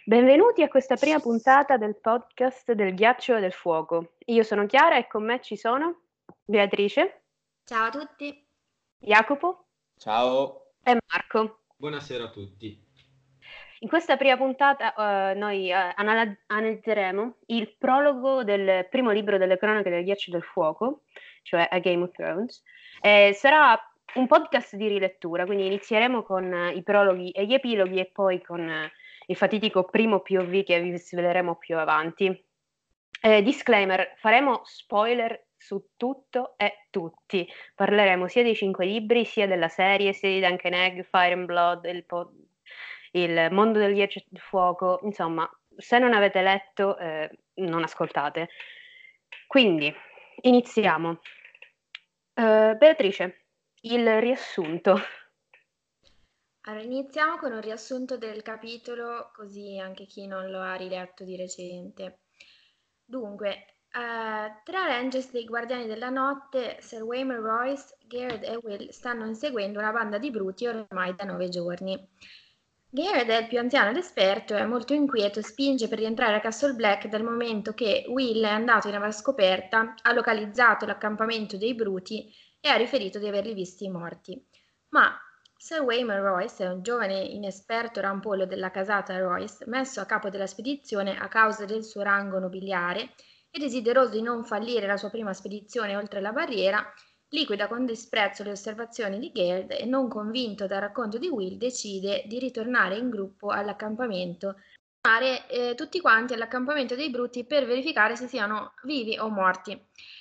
Benvenuti a questa prima puntata del podcast del Ghiaccio e del Fuoco. Io sono Chiara e con me ci sono Beatrice, Ciao a tutti. Jacopo Ciao, e Marco. buonasera a tutti. In questa prima puntata noi analizzeremo il prologo del primo libro delle cronache del Ghiaccio e del Fuoco, cioè A Game of Thrones. Sarà un podcast di rilettura, quindi inizieremo con i prologhi e gli epiloghi e poi con il fatitico primo POV che vi sveleremo più avanti. Disclaimer, faremo spoiler su tutto e tutti. Parleremo sia dei 5 libri, sia della serie, sia di Duncan Egg, Fire and Blood, il mondo del ghiaccio e del fuoco. Insomma, se non avete letto, non ascoltate. Quindi, iniziamo. Beatrice, il riassunto. Allora, iniziamo con un riassunto del capitolo, così anche chi non lo ha riletto di recente. Dunque, tra Rangers dei Guardiani della Notte, Sir Waymar Royce, Garrett e Will stanno inseguendo una banda di bruti ormai da 9 giorni. Garrett è il più anziano ed esperto, è molto inquieto e spinge per rientrare a Castle Black dal momento che Will è andato in avanscoperta, ha localizzato l'accampamento dei bruti e ha riferito di averli visti morti. Ma Sir Waymar Royce è un giovane inesperto rampollo della casata Royce, messo a capo della spedizione a causa del suo rango nobiliare e desideroso di non fallire la sua prima spedizione oltre la barriera, liquida con disprezzo le osservazioni di Gerd e, non convinto dal racconto di Will, decide di ritornare in gruppo all'accampamento, tutti quanti all'accampamento dei bruti per verificare se siano vivi o morti.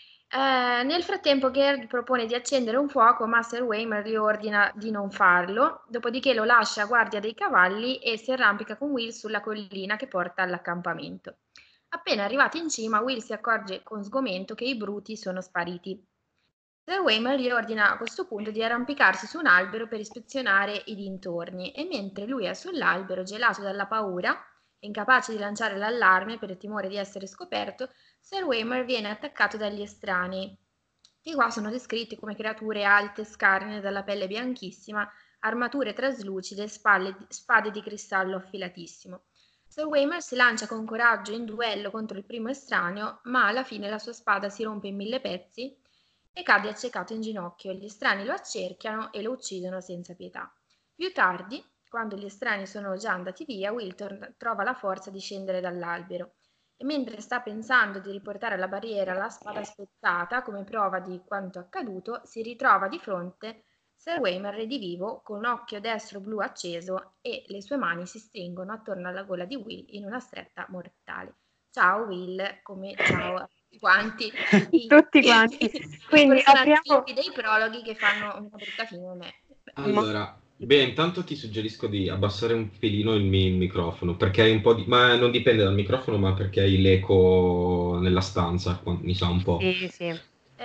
Nel frattempo Gerd propone di accendere un fuoco, ma Sir Waymar gli ordina di non farlo, dopodiché lo lascia a guardia dei cavalli e si arrampica con Will sulla collina che porta all'accampamento. Appena arrivati in cima, Will si accorge con sgomento che i bruti sono spariti. Sir Waymar gli ordina a questo punto di arrampicarsi su un albero per ispezionare i dintorni e mentre lui è sull'albero, gelato dalla paura e incapace di lanciare l'allarme per il timore di essere scoperto, Sir Waymar viene attaccato dagli estranei, che qua sono descritti come creature alte, scarne, dalla pelle bianchissima, armature traslucide, spade di cristallo affilatissimo. Sir Waymar si lancia con coraggio in duello contro il primo estraneo, ma alla fine la sua spada si rompe in 1000 pezzi e cade accecato in ginocchio. Gli estranei lo accerchiano e lo uccidono senza pietà. Più tardi, quando gli estranei sono già andati via, Will trova la forza di scendere dall'albero e mentre sta pensando di riportare alla barriera la spada spezzata come prova di quanto accaduto, si ritrova di fronte Sir Waymar redivivo con un occhio destro blu acceso e le sue mani si stringono attorno alla gola di Will in una stretta mortale. Ciao Will, come ciao a tutti quanti. Tutti quanti. Quindi personaggi apriamo... dei prologhi che fanno una brutta fine a me. Allora, intanto ti suggerisco di abbassare un pelino il microfono, perché hai un po' di... ma non dipende dal microfono, ma perché hai l'eco nella stanza, mi sa un po'. Sì.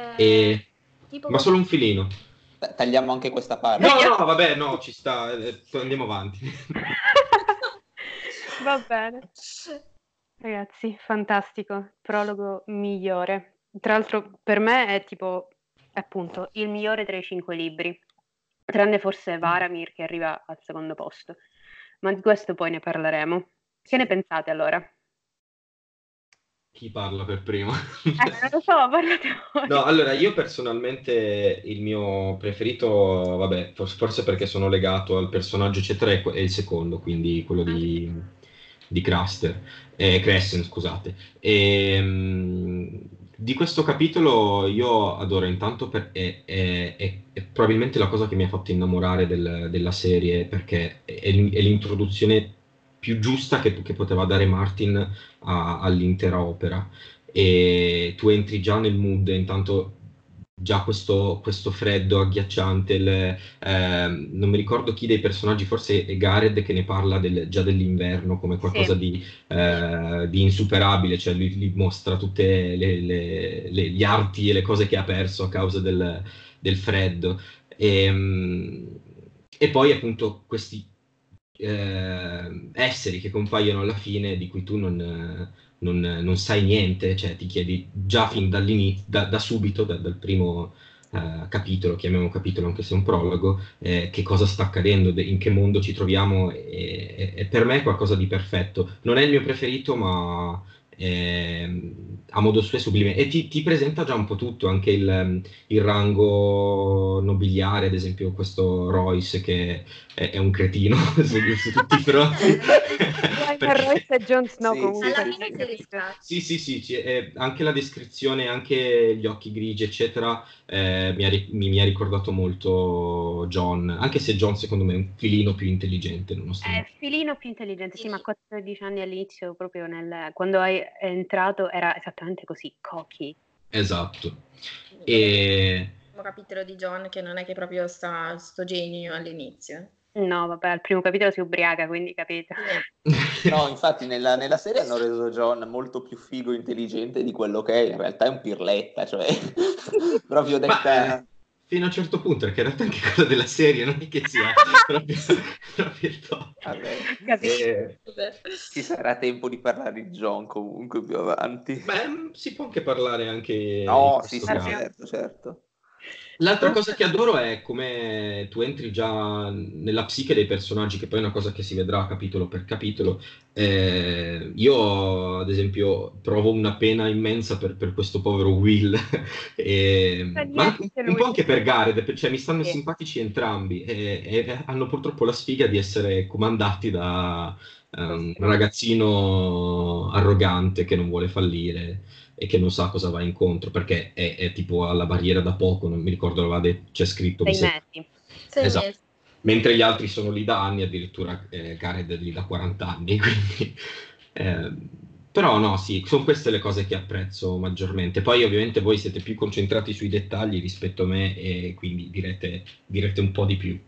Tipo Ma solo un filino. Tagliamo anche questa parte. No, vabbè, no, ci sta, andiamo avanti. Va bene. Ragazzi, fantastico, prologo migliore. Tra l'altro per me è tipo, appunto, il migliore tra i 5 libri, tranne forse Varamir che arriva al secondo posto. Ma di questo poi ne parleremo. Che ne pensate allora? Chi parla per primo? Non lo so, parlate voi. No, allora io personalmente il mio preferito, vabbè, forse perché sono legato al personaggio eccetera, è il secondo, quindi quello di Crasten, scusate. Di questo capitolo io adoro intanto, è probabilmente la cosa che mi ha fatto innamorare della serie, perché è l'introduzione più giusta che poteva dare Martin all'intera opera. E tu entri già nel mood, intanto già questo freddo agghiacciante, non mi ricordo chi dei personaggi, forse è Gareth che ne parla già dell'inverno come qualcosa di insuperabile, cioè lui mostra tutte gli arti e le cose che ha perso a causa del freddo, e poi appunto questi esseri che compaiono alla fine di cui tu non sai niente, cioè ti chiedi già fin dall'inizio, da subito, dal primo capitolo, chiamiamo capitolo anche se è un prologo, che cosa sta accadendo, in che mondo ci troviamo, e per me è qualcosa di perfetto. Non è il mio preferito, ma a modo suo è sublime, e ti presenta già un po' tutto, anche il rango nobiliare, ad esempio questo Royce che è un cretino su tutti i fronti. Royce e Jon Snow Sì, comunque. Alla sì, fine sì. si riscatta. Sì, anche la descrizione, anche gli occhi grigi, eccetera, mi ha ricordato molto John, anche se John secondo me è un filino più intelligente, È nonostante. filino più intelligente, sì, ma Sì. con 13 anni all'inizio, proprio quando è entrato, era esattamente così, cocky. Esatto. Vabbè, E primo capitolo di John che non è che proprio sto genio all'inizio. No, vabbè, al primo capitolo si ubriaca, quindi capito. Sì. No, infatti nella serie hanno reso John molto più figo e intelligente di quello che è, in realtà è un pirletta, cioè proprio Ma detta... fino a un certo punto, perché in realtà anche quello della serie non è che sia proprio il top. Vabbè, Capito. Vabbè. ci sarà tempo di parlare di John comunque più avanti. Beh, si può anche parlare anche in No, sì, questo sì, caso. certo, certo. L'altra cosa che adoro è come tu entri già nella psiche dei personaggi, che poi è una cosa che si vedrà capitolo per capitolo. Io, ad esempio, provo una pena immensa per questo povero Will, ma anche un po' anche per Gareth, cioè mi stanno Sì. simpatici entrambi e hanno purtroppo la sfiga di essere comandati da un ragazzino arrogante che non vuole fallire e che non sa cosa va incontro, perché è tipo alla barriera da poco, non mi ricordo, c'è scritto, 6 mesi. 6 esatto, mesi. mentre gli altri sono lì da anni, addirittura Gareth è lì da 40 anni, quindi... eh, però no, sì, sono queste le cose che apprezzo maggiormente. Poi ovviamente voi siete più concentrati sui dettagli rispetto a me e quindi direte un po' di più.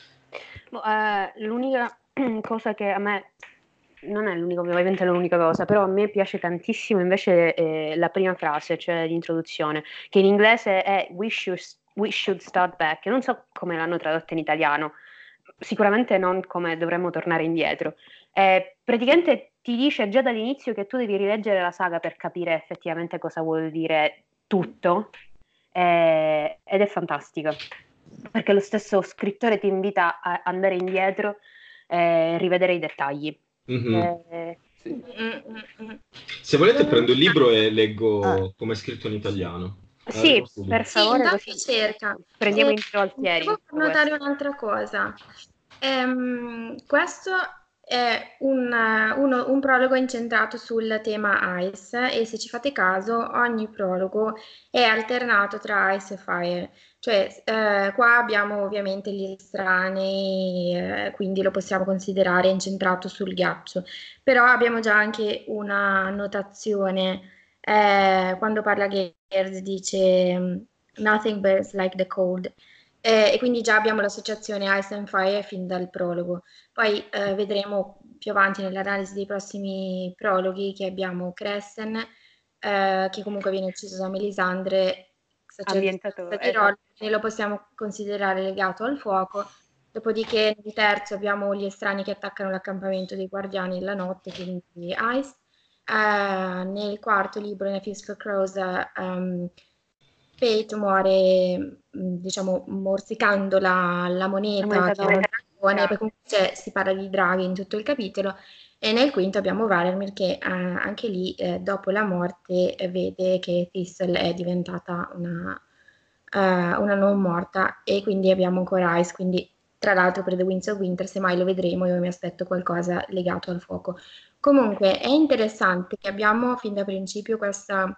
L'unica cosa che a me non è l'unica, ovviamente l'unica cosa, però a me piace tantissimo invece la prima frase, cioè l'introduzione, che in inglese è we should start back. Non so come l'hanno tradotta in italiano, sicuramente non come dovremmo tornare indietro. Praticamente ti dice già dall'inizio che tu devi rileggere la saga per capire effettivamente cosa vuol dire tutto, ed è fantastica, perché lo stesso scrittore ti invita a andare indietro e rivedere i dettagli. Mhm. Sì. Se volete Non- prendo il libro e Ah, leggo come è scritto in italiano. Sì, Arrivo subito. per Sì, favore, intanto così cerca. prendiamo E in giro Altieri in devo tutto notare questo. un'altra cosa. Questo è un prologo incentrato sul tema Ice e se ci fate caso ogni prologo è alternato tra Ice e Fire. Cioè, qua abbiamo ovviamente gli estranei, quindi lo possiamo considerare incentrato sul ghiaccio, però abbiamo già anche una notazione quando parla Gears dice Nothing burns like the cold. E quindi già abbiamo l'associazione Ice and Fire fin dal prologo. Poi vedremo più avanti nell'analisi dei prossimi prologhi che abbiamo Cressen, che comunque viene ucciso da Melisandre, Ambientato, sacerdotessa di Rol, esatto. quindi lo possiamo considerare legato al fuoco. Dopodiché nel terzo abbiamo gli estranei che attaccano l'accampamento dei guardiani della notte, quindi Ice. Nel quarto libro, nel Fist for Crows, Fate muore, diciamo, morsicando la moneta che è un dragone, perché comunque si parla di draghi in tutto il capitolo. E nel quinto abbiamo Valarmir che anche lì, dopo la morte, vede che Thistle è diventata una non morta e quindi abbiamo ancora Ice, quindi tra l'altro per The Winds of Winter, se mai lo vedremo, io mi aspetto qualcosa legato al fuoco. Comunque è interessante che abbiamo fin da principio questa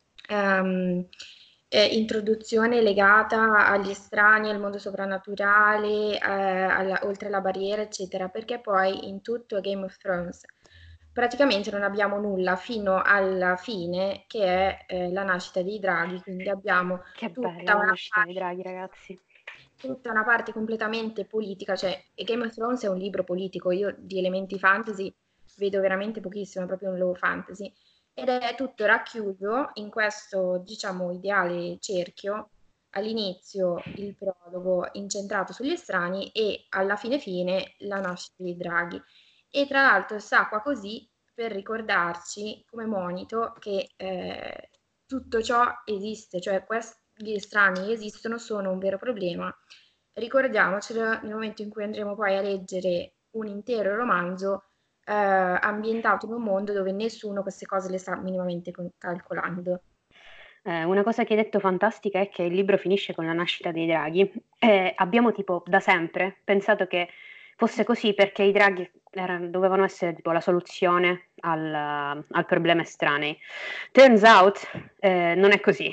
introduzione legata agli estranei, al mondo soprannaturale, oltre la barriera, eccetera, perché poi in tutto Game of Thrones praticamente non abbiamo nulla fino alla fine, che è la nascita dei draghi, quindi abbiamo Che bella tutta la una nascita dei parte draghi, ragazzi. tutta una parte completamente politica, cioè e Game of Thrones è un libro politico, io di elementi fantasy vedo veramente pochissimo, è proprio un low fantasy, ed è tutto racchiuso in questo, diciamo, ideale cerchio, all'inizio il prologo incentrato sugli estranei e alla fine la nascita dei draghi. E tra l'altro sta qua così per ricordarci come monito che tutto ciò esiste, cioè gli estranei esistono, sono un vero problema. Ricordiamocelo nel momento in cui andremo poi a leggere un intero romanzo ambientato in un mondo dove nessuno queste cose le sta minimamente calcolando. Una cosa che hai detto fantastica è che il libro finisce con la nascita dei draghi. Abbiamo tipo da sempre pensato che fosse così perché i draghi dovevano essere tipo la soluzione al problema estranei. Turns out non è così.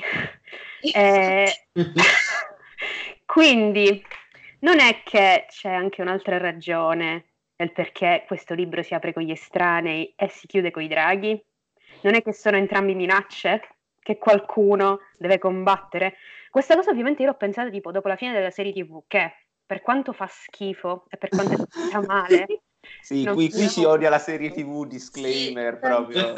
Quindi non è che c'è anche un'altra ragione del perché questo libro si apre con gli estranei e si chiude con i draghi? Non è che sono entrambi minacce che qualcuno deve combattere? Questa cosa ovviamente io l'ho pensata tipo dopo la fine della serie TV, che per quanto fa schifo e per quanto è fatta male, Sì, non qui si si odia la serie TV, disclaimer, Sì. proprio.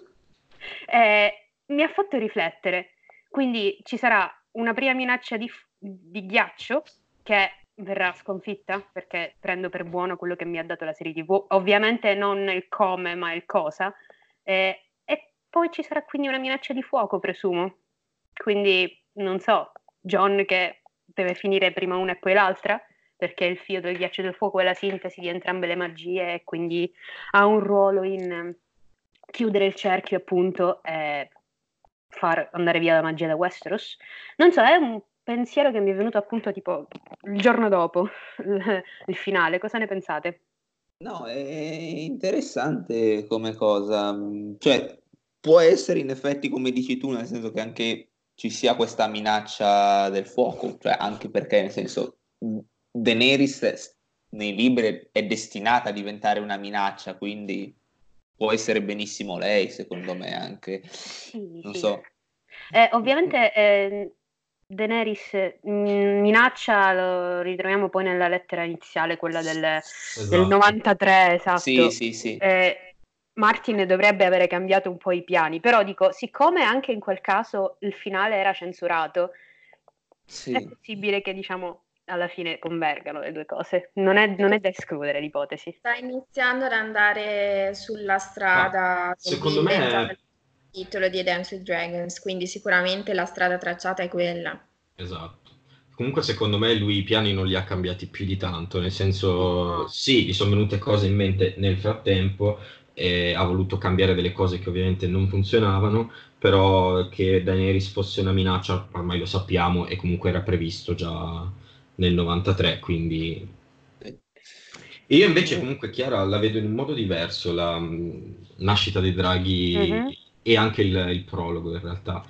Mi ha fatto riflettere. Quindi ci sarà una prima minaccia di ghiaccio che verrà sconfitta perché prendo per buono quello che mi ha dato la serie TV. Ovviamente non il come, ma il cosa. E poi ci sarà quindi una minaccia di fuoco, presumo. Quindi non so, John che deve finire prima una e poi l'altra, perché il fio del ghiaccio e del fuoco è la sintesi di entrambe le magie e quindi ha un ruolo in chiudere il cerchio appunto e far andare via la magia da Westeros. Non so, è un pensiero che mi è venuto appunto tipo il giorno dopo il finale. Cosa ne pensate? No, è interessante come cosa, cioè può essere in effetti come dici tu, nel senso che anche ci sia questa minaccia del fuoco, cioè anche perché nel senso Daenerys nei libri è destinata a diventare una minaccia, quindi può essere benissimo lei, secondo me anche, Sì, non sì. so. Ovviamente Daenerys minaccia, lo ritroviamo poi nella lettera iniziale, quella del Esatto. 93, esatto. Sì, sì, sì. Martin dovrebbe avere cambiato un po' i piani, però dico, siccome anche in quel caso il finale era censurato, Sì. è possibile che diciamo alla fine convergano le due cose. Non è da escludere l'ipotesi. Sta iniziando ad andare sulla strada secondo inventata me nel titolo di A Dance with Dragons, quindi sicuramente la strada tracciata è quella. esatto. Comunque secondo me lui i piani non li ha cambiati più di tanto, nel senso sì, gli sono venute cose in mente nel frattempo e ha voluto cambiare delle cose che ovviamente non funzionavano, però che Daenerys fosse una minaccia ormai lo sappiamo e comunque era previsto già nel 93, quindi io invece comunque Chiara la vedo in un modo diverso, la nascita dei draghi e anche il prologo in realtà.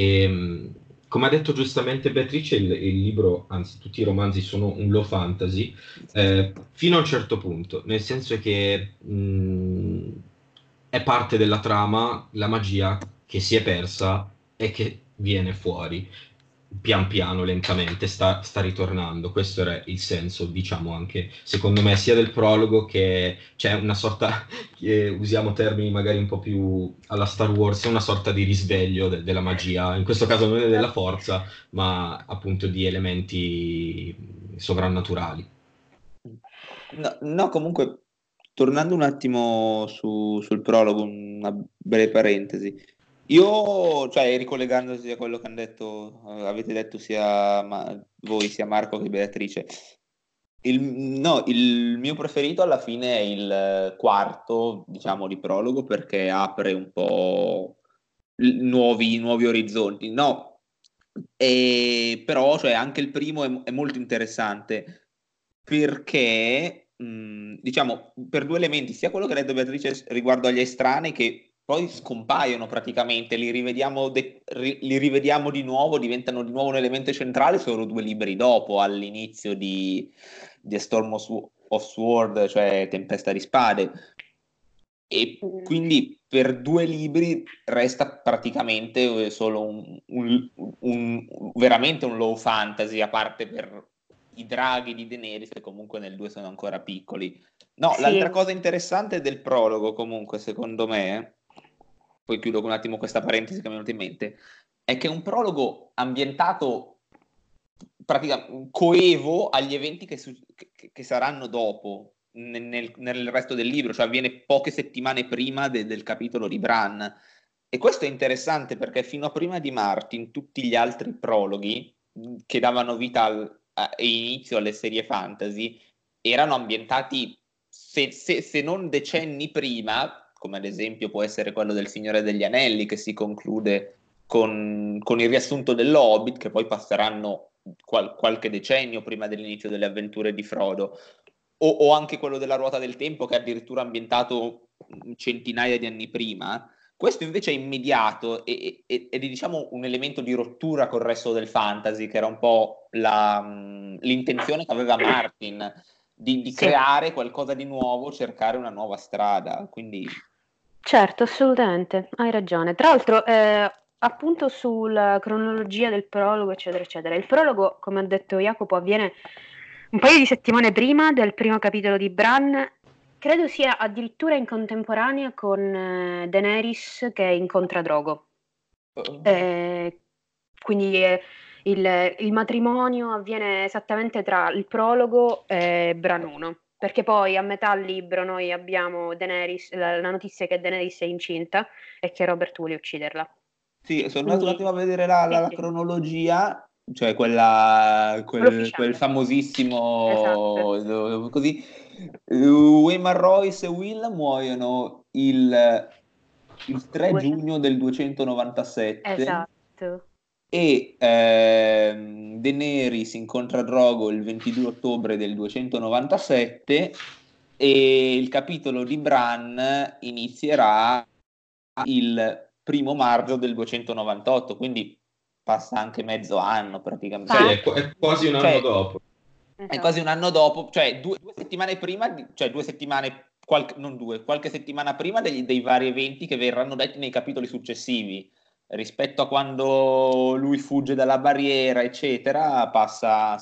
Come ha detto giustamente Beatrice, il libro, anzi tutti i romanzi sono un low fantasy, fino a un certo punto, nel senso che è parte della trama la magia che si è persa e che viene fuori pian piano, lentamente, sta ritornando. Questo era il senso, diciamo, anche secondo me, sia del prologo che c'è una sorta, usiamo termini magari un po' più alla Star Wars, una sorta di risveglio della magia, in questo caso non è della forza, ma appunto di elementi sovrannaturali. No, comunque, tornando un attimo sul prologo, una breve parentesi. Io, cioè, ricollegandosi a quello che hanno detto, avete detto sia voi, sia Marco che Beatrice, no, il mio preferito alla fine è il quarto, diciamo, di prologo perché apre un po' nuovi orizzonti. No, però cioè, anche il primo è molto interessante perché, diciamo, per due elementi, sia quello che ha detto Beatrice riguardo agli estranei che poi scompaiono praticamente, li rivediamo di nuovo, diventano di nuovo un elemento centrale solo 2 libri dopo, all'inizio di A Storm of Sword, cioè Tempesta di Spade. E quindi per 2 libri resta praticamente solo veramente un low fantasy, a parte per i draghi di Daenerys che comunque nel 2 sono ancora piccoli. No, Sì. l'altra cosa interessante del prologo comunque secondo me, poi chiudo un attimo questa parentesi che mi è venuta in mente, è che è un prologo ambientato praticamente coevo agli eventi che saranno dopo nel resto del libro, cioè avviene poche settimane prima del capitolo di Bran. E questo è interessante perché fino a prima di Martin tutti gli altri prologhi che davano vita e inizio alle serie fantasy erano ambientati se non decenni prima, come ad esempio può essere quello del Signore degli Anelli, che si conclude con il riassunto dell'Hobbit, che poi passeranno qualche decennio prima dell'inizio delle avventure di Frodo, o anche quello della Ruota del Tempo, che è addirittura ambientato centinaia di anni prima. Questo invece è immediato ed è, diciamo, un elemento di rottura col resto del fantasy, che era un po' l'intenzione che aveva Martin di creare qualcosa di nuovo, cercare una nuova strada. Quindi Certo, assolutamente, hai ragione. Tra l'altro, appunto sulla cronologia del prologo, eccetera, eccetera. Il prologo, come ha detto Jacopo, avviene un paio di settimane prima del primo capitolo di Bran. Credo sia addirittura in contemporanea con Daenerys che incontra Drogo. Quindi il matrimonio avviene esattamente tra il prologo e Bran 1. Perché poi a metà libro noi abbiamo Daenerys, la notizia che Daenerys è incinta e che Robert vuole ucciderla. sì, sono andato un attimo a vedere la cronologia, cioè quel famosissimo esatto. così. Waymar Royce e Will muoiono il 3 giugno del 297. Esatto. E Daenerys incontra Drogo il 22 ottobre del 297 e il capitolo di Bran inizierà il 1° marzo del 298, quindi passa anche mezzo anno praticamente. È quasi un anno dopo. Esatto. È quasi un anno dopo, cioè 2 settimane prima, cioè 2 settimane, qualche settimana prima dei vari eventi che verranno detti nei capitoli successivi. Rispetto a quando lui fugge dalla barriera, eccetera, passa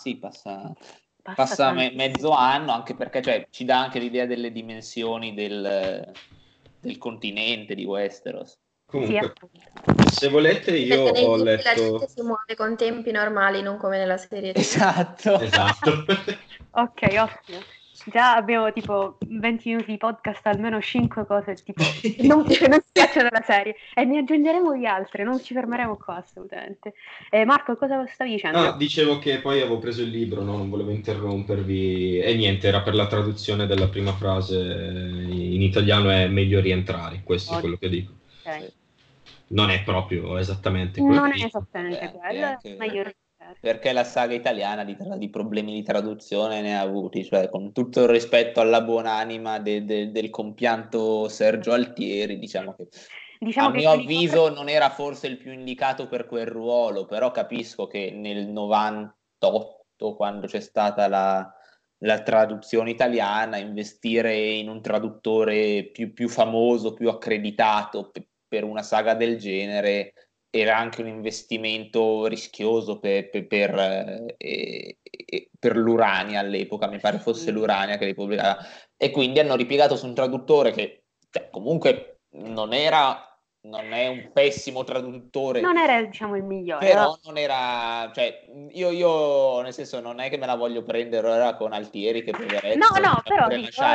mezzo anno, anche perché cioè, ci dà anche l'idea delle dimensioni del continente di Westeros. Comunque, se volete, io ho letto. La gente si muove con tempi normali, non come nella serie. Esatto. Ok, ottimo. Già abbiamo tipo 20 minuti di podcast, almeno 5 cose tipo non ci piacciono della serie e ne aggiungeremo di altre, non ci fermeremo qua assolutamente. Marco, cosa stavi dicendo? No, dicevo che poi avevo preso il libro, no? Non volevo interrompervi e niente, era per la traduzione della prima frase in italiano è meglio rientrare, questo è quello che dico. Okay. Non è proprio esattamente quello non che è dico. esattamente quello, meglio rientrare. Perché la saga italiana di problemi di traduzione ne ha avuti, cioè con tutto il rispetto alla buonanima del compianto Sergio Altieri, diciamo che a mio avviso non era forse il più indicato per quel ruolo, però capisco che nel 98, quando c'è stata la traduzione italiana, investire in un traduttore più famoso, più accreditato per una saga del genere era anche un investimento rischioso per l'Urania all'epoca, mi pare fosse l'Urania che li pubblicava, e quindi hanno ripiegato su un traduttore che comunque non è un pessimo traduttore. Non era, diciamo, il migliore. Però non era, cioè, io nel senso non è che me la voglio prendere ora con Altieri che poveretto, no, però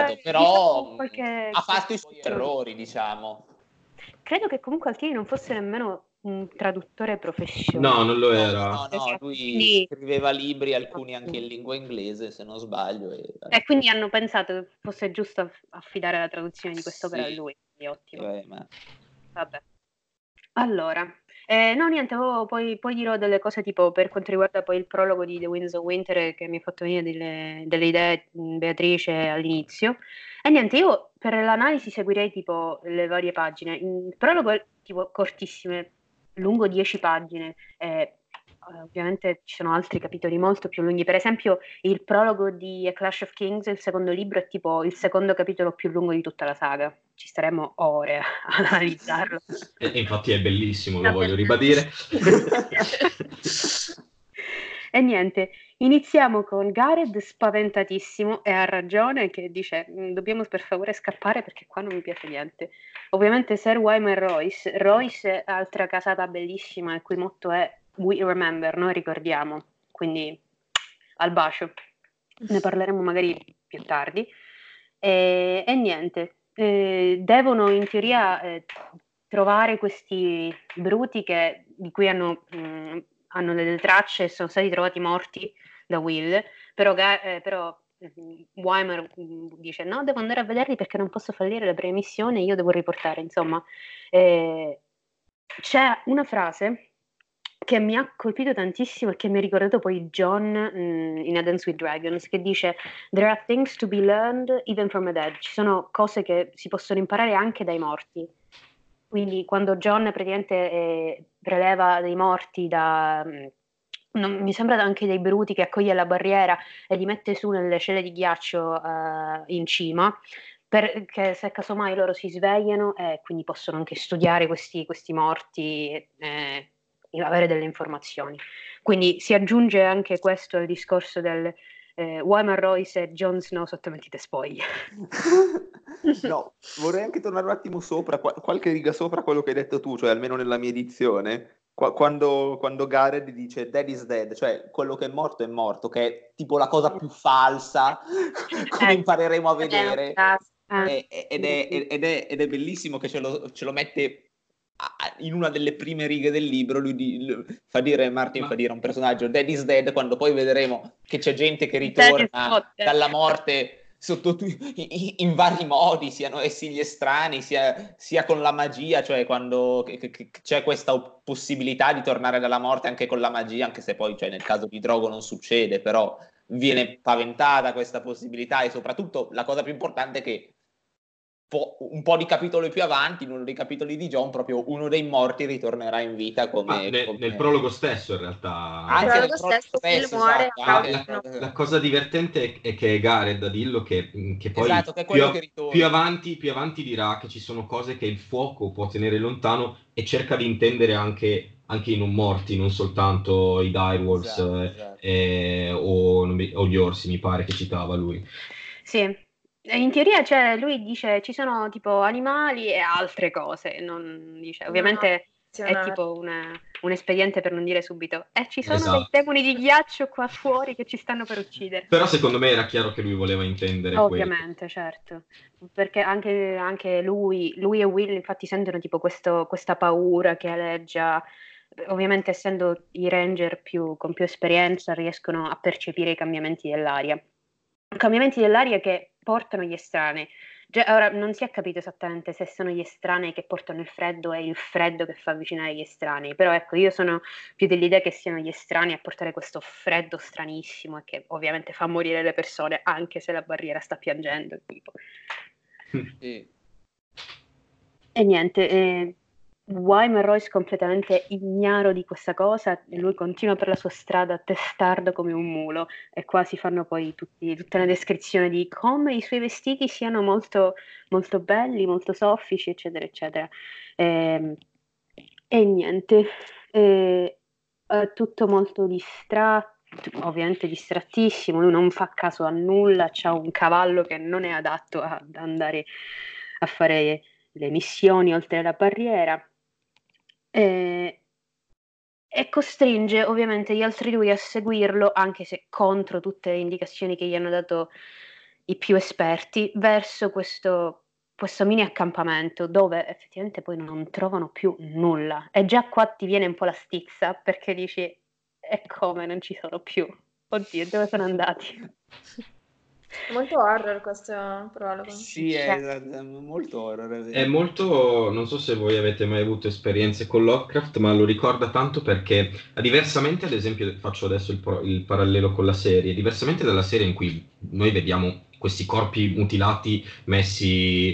ha fatto i suoi errori, diciamo. Credo che comunque Altieri non fosse nemmeno un traduttore professionale. No, non lo era. No, lui scriveva libri, alcuni anche in lingua inglese, se non sbaglio. E quindi hanno pensato che fosse giusto affidare la traduzione di quest'opera a lui. Quindi ottimo. Vabbè. Allora, no niente, poi dirò delle cose tipo per quanto riguarda poi il prologo di The Winds of Winter che mi ha fatto venire delle idee Beatrice all'inizio. E niente, io per l'analisi seguirei tipo le varie pagine. Il prologo è tipo cortissime, lungo 10 pagine. Ovviamente ci sono altri capitoli molto più lunghi. Per esempio, il prologo di A Clash of Kings, il secondo libro, è tipo il secondo capitolo più lungo di tutta la saga. Ci staremo ore ad analizzarlo. E infatti è bellissimo, lo voglio ribadire. E niente, iniziamo con Gareth spaventatissimo e ha ragione che dice dobbiamo per favore scappare perché qua non mi piace niente. Ovviamente Sir Wyman Royce è altra casata bellissima il cui motto è We Remember, noi ricordiamo, quindi al bacio. Ne parleremo magari più tardi. E niente, devono in teoria trovare questi bruti di cui hanno delle tracce e sono stati trovati morti da Will, però Weimer dice no, devo andare a vederli perché non posso fallire la pre-missione, io devo riportare, insomma. C'è una frase che mi ha colpito tantissimo e che mi ha ricordato poi John in A Dance with Dragons, che dice there are things to be learned even from the dead, ci sono cose che si possono imparare anche dai morti. Quindi quando John praticamente preleva dei morti mi sembra anche dei bruti che accoglie alla barriera e li mette su nelle celle di ghiaccio in cima, perché se casomai loro si svegliano e quindi possono anche studiare questi morti e avere delle informazioni. Quindi si aggiunge anche questo al discorso del Wyman Royce e Jon Snow sottomettite spoglie. No, vorrei anche tornare un attimo sopra, qualche riga sopra quello che hai detto tu, cioè almeno nella mia edizione, quando Gareth dice dead is dead, cioè quello che è morto, che è tipo la cosa più falsa, come impareremo a vedere, ed è bellissimo che ce lo mette in una delle prime righe del libro. Lui fa dire a un personaggio dead is dead, quando poi vedremo che c'è gente che ritorna dalla morte in vari modi, siano essi gli estranei, sia con la magia, cioè quando c'è questa possibilità di tornare dalla morte anche con la magia, anche se poi, cioè, nel caso di Drogo non succede, però viene paventata questa possibilità. E soprattutto la cosa più importante è che un po' di capitoli più avanti, in uno dei capitoli di Jon, proprio uno dei morti ritornerà in vita nel prologo stesso, in realtà. Anche nel prologo stesso muore. Esatto. La cosa divertente è che è Gareth a dirlo che poi esatto, che è quello che ritorna. più avanti dirà che ci sono cose che il fuoco può tenere lontano, e cerca di intendere anche i non morti, non soltanto i direwolves, esatto. O gli orsi, mi pare che citava lui. Sì. In teoria, cioè, lui dice ci sono tipo animali e altre cose, non dice, ovviamente è tipo un espediente per non dire subito ci sono dei demoni di ghiaccio qua fuori che ci stanno per uccidere. Però secondo me era chiaro che lui voleva intendere ovviamente, certo, perché anche lui e Will infatti sentono tipo questa paura che aleggia. Ovviamente essendo i ranger con più esperienza riescono a percepire i cambiamenti dell'aria che portano gli estranei. Ora non si è capito esattamente se sono gli estranei che portano il freddo e il freddo che fa avvicinare gli estranei, però ecco, io sono più dell'idea che siano gli estranei a portare questo freddo stranissimo e che ovviamente fa morire le persone anche se la barriera sta piangendo tipo. Sì. E niente, Wyman Royce completamente ignaro di questa cosa, e lui continua per la sua strada testardo come un mulo, e qua si fanno poi tutta la descrizione di come i suoi vestiti siano molto, molto belli, molto soffici, eccetera, eccetera. E niente, è tutto molto distratto, ovviamente distrattissimo, lui non fa caso a nulla, c'ha un cavallo che non è adatto ad andare a fare le missioni oltre la barriera. E costringe ovviamente gli altri due a seguirlo, anche se contro tutte le indicazioni che gli hanno dato i più esperti, verso questo mini accampamento dove effettivamente poi non trovano più nulla. E già qua ti viene un po' la stizza, perché dici e come non ci sono più? Oddio, dove sono andati? Molto horror questo prologo. Sì, è molto horror. È molto, non so se voi avete mai avuto esperienze con Lovecraft, ma lo ricorda tanto perché, diversamente, ad esempio, faccio adesso il parallelo con la serie, diversamente dalla serie in cui noi vediamo questi corpi mutilati messi,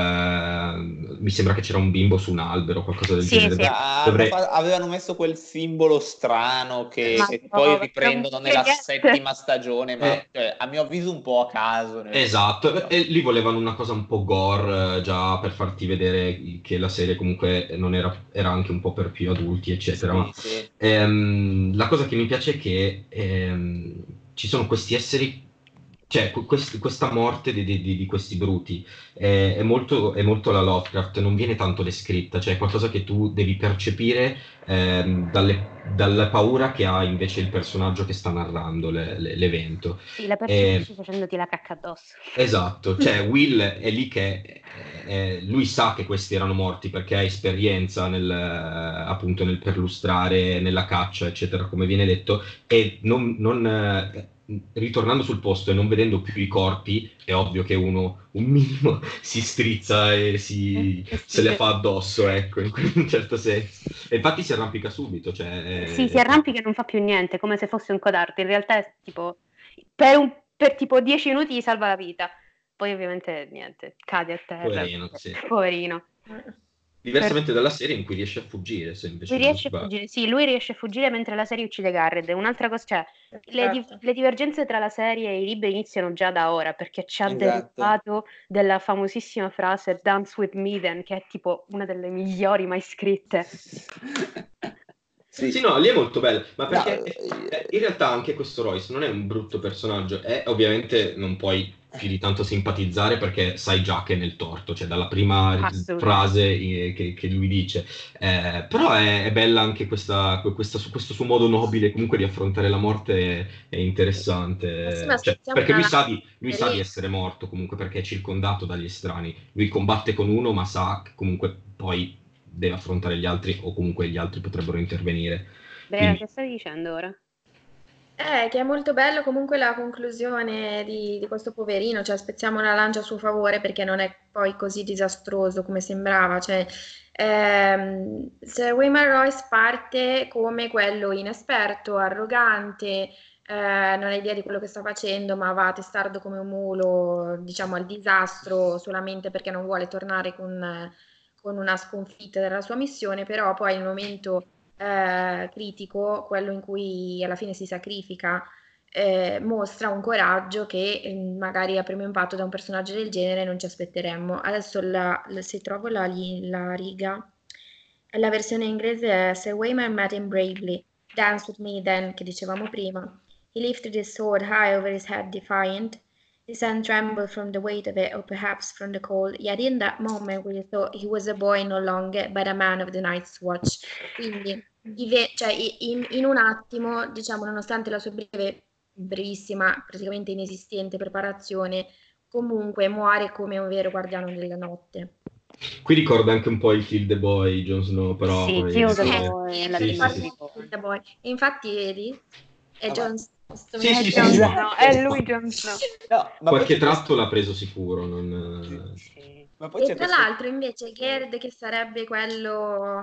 mi sembra che c'era un bimbo su un albero, qualcosa del genere. Sì. Avevano messo quel simbolo strano che poi riprendono nella settima stagione, ma cioè, a mio avviso un po' a caso. Esatto, e lì volevano una cosa un po' gore, già per farti vedere che la serie comunque non era anche un po' per più adulti, eccetera. Sì. La cosa che mi piace è che ci sono questi esseri cioè, questa morte di questi bruti è molto la Lovecraft, non viene tanto descritta, cioè è qualcosa che tu devi percepire dalla paura che ha invece il personaggio che sta narrando l'evento. Sì, la E- percepisci facendoti la cacca addosso. esatto, cioè Will è lì che lui sa che questi erano morti perché ha esperienza appunto nel perlustrare, nella caccia, eccetera, come viene detto, e ritornando sul posto e non vedendo più i corpi, è ovvio che uno un minimo si strizza e se le fa addosso, ecco, in un certo senso. E infatti si arrampica subito, cioè, Sì, si arrampica e non fa più niente, come se fosse un codardo. In realtà è tipo per tipo 10 minuti gli salva la vita. Poi ovviamente niente, cade a terra. poverino, sì. Poverino. Diversamente dalla serie in cui riesce a fuggire, se invece Lui non riesce a sbaglio. fuggire, sì, lui riesce a fuggire mentre la serie uccide Garrett. Un'altra cosa, cioè, Esatto. le divergenze tra la serie e i libri iniziano già da ora, perché ci ha Esatto. derivato della famosissima frase Dance with me then, che è tipo una delle migliori mai scritte. Sì, no, lì è molto bello, ma No, perché in realtà anche questo Royce non è un brutto personaggio, ovviamente non puoi più di tanto simpatizzare perché sai già che è nel torto, cioè dalla prima Assolutamente. frase che lui dice. Però è bella anche questo suo modo nobile comunque di affrontare la morte, è interessante, Sì, ma cioè, aspettiamo perché una lui sa di essere morto comunque perché è circondato dagli estranei, lui combatte con uno ma sa che comunque poi deve affrontare gli altri o comunque gli altri potrebbero intervenire. Beh, Quindi che stavi dicendo ora? Che è molto bello comunque la conclusione di questo poverino, cioè spezziamo una lancia a suo favore perché non è poi così disastroso come sembrava, cioè Sir Waymar Royce parte come quello inesperto, arrogante, non ha idea di quello che sta facendo, ma va testardo come un mulo, diciamo, al disastro solamente perché non vuole tornare con una sconfitta della sua missione, però poi il momento critico, quello in cui alla fine si sacrifica, mostra un coraggio che magari a primo impatto da un personaggio del genere non ci aspetteremmo. Adesso se trovo la riga, la versione inglese è Sir Wayman met him bravely, dance with me then, che dicevamo prima. He lifted his sword high over his head defiant. His hand trembled from the weight of it, or perhaps from the cold. Yet in that moment we thought he was a boy no longer, but a man of the night's watch. Quindi cioè, in un attimo, diciamo, nonostante la sua brevissima, praticamente inesistente preparazione, comunque muore come un vero guardiano della notte. qui ricorda anche un po' il Kill the Boy, Jon Snow, però Sì, poi Kill the vabbè. Boy, la Sì, prima sì, di sì. Boy. E infatti, vedi, è Jon Sì, È sì, Jon sì, sì. Snow, è lui Jon Snow. No, ma Qualche poi c'è tratto l'ha preso sicuro, non... Sì. ma poi E c'è tra questo... l'altro invece Gerd, che sarebbe quello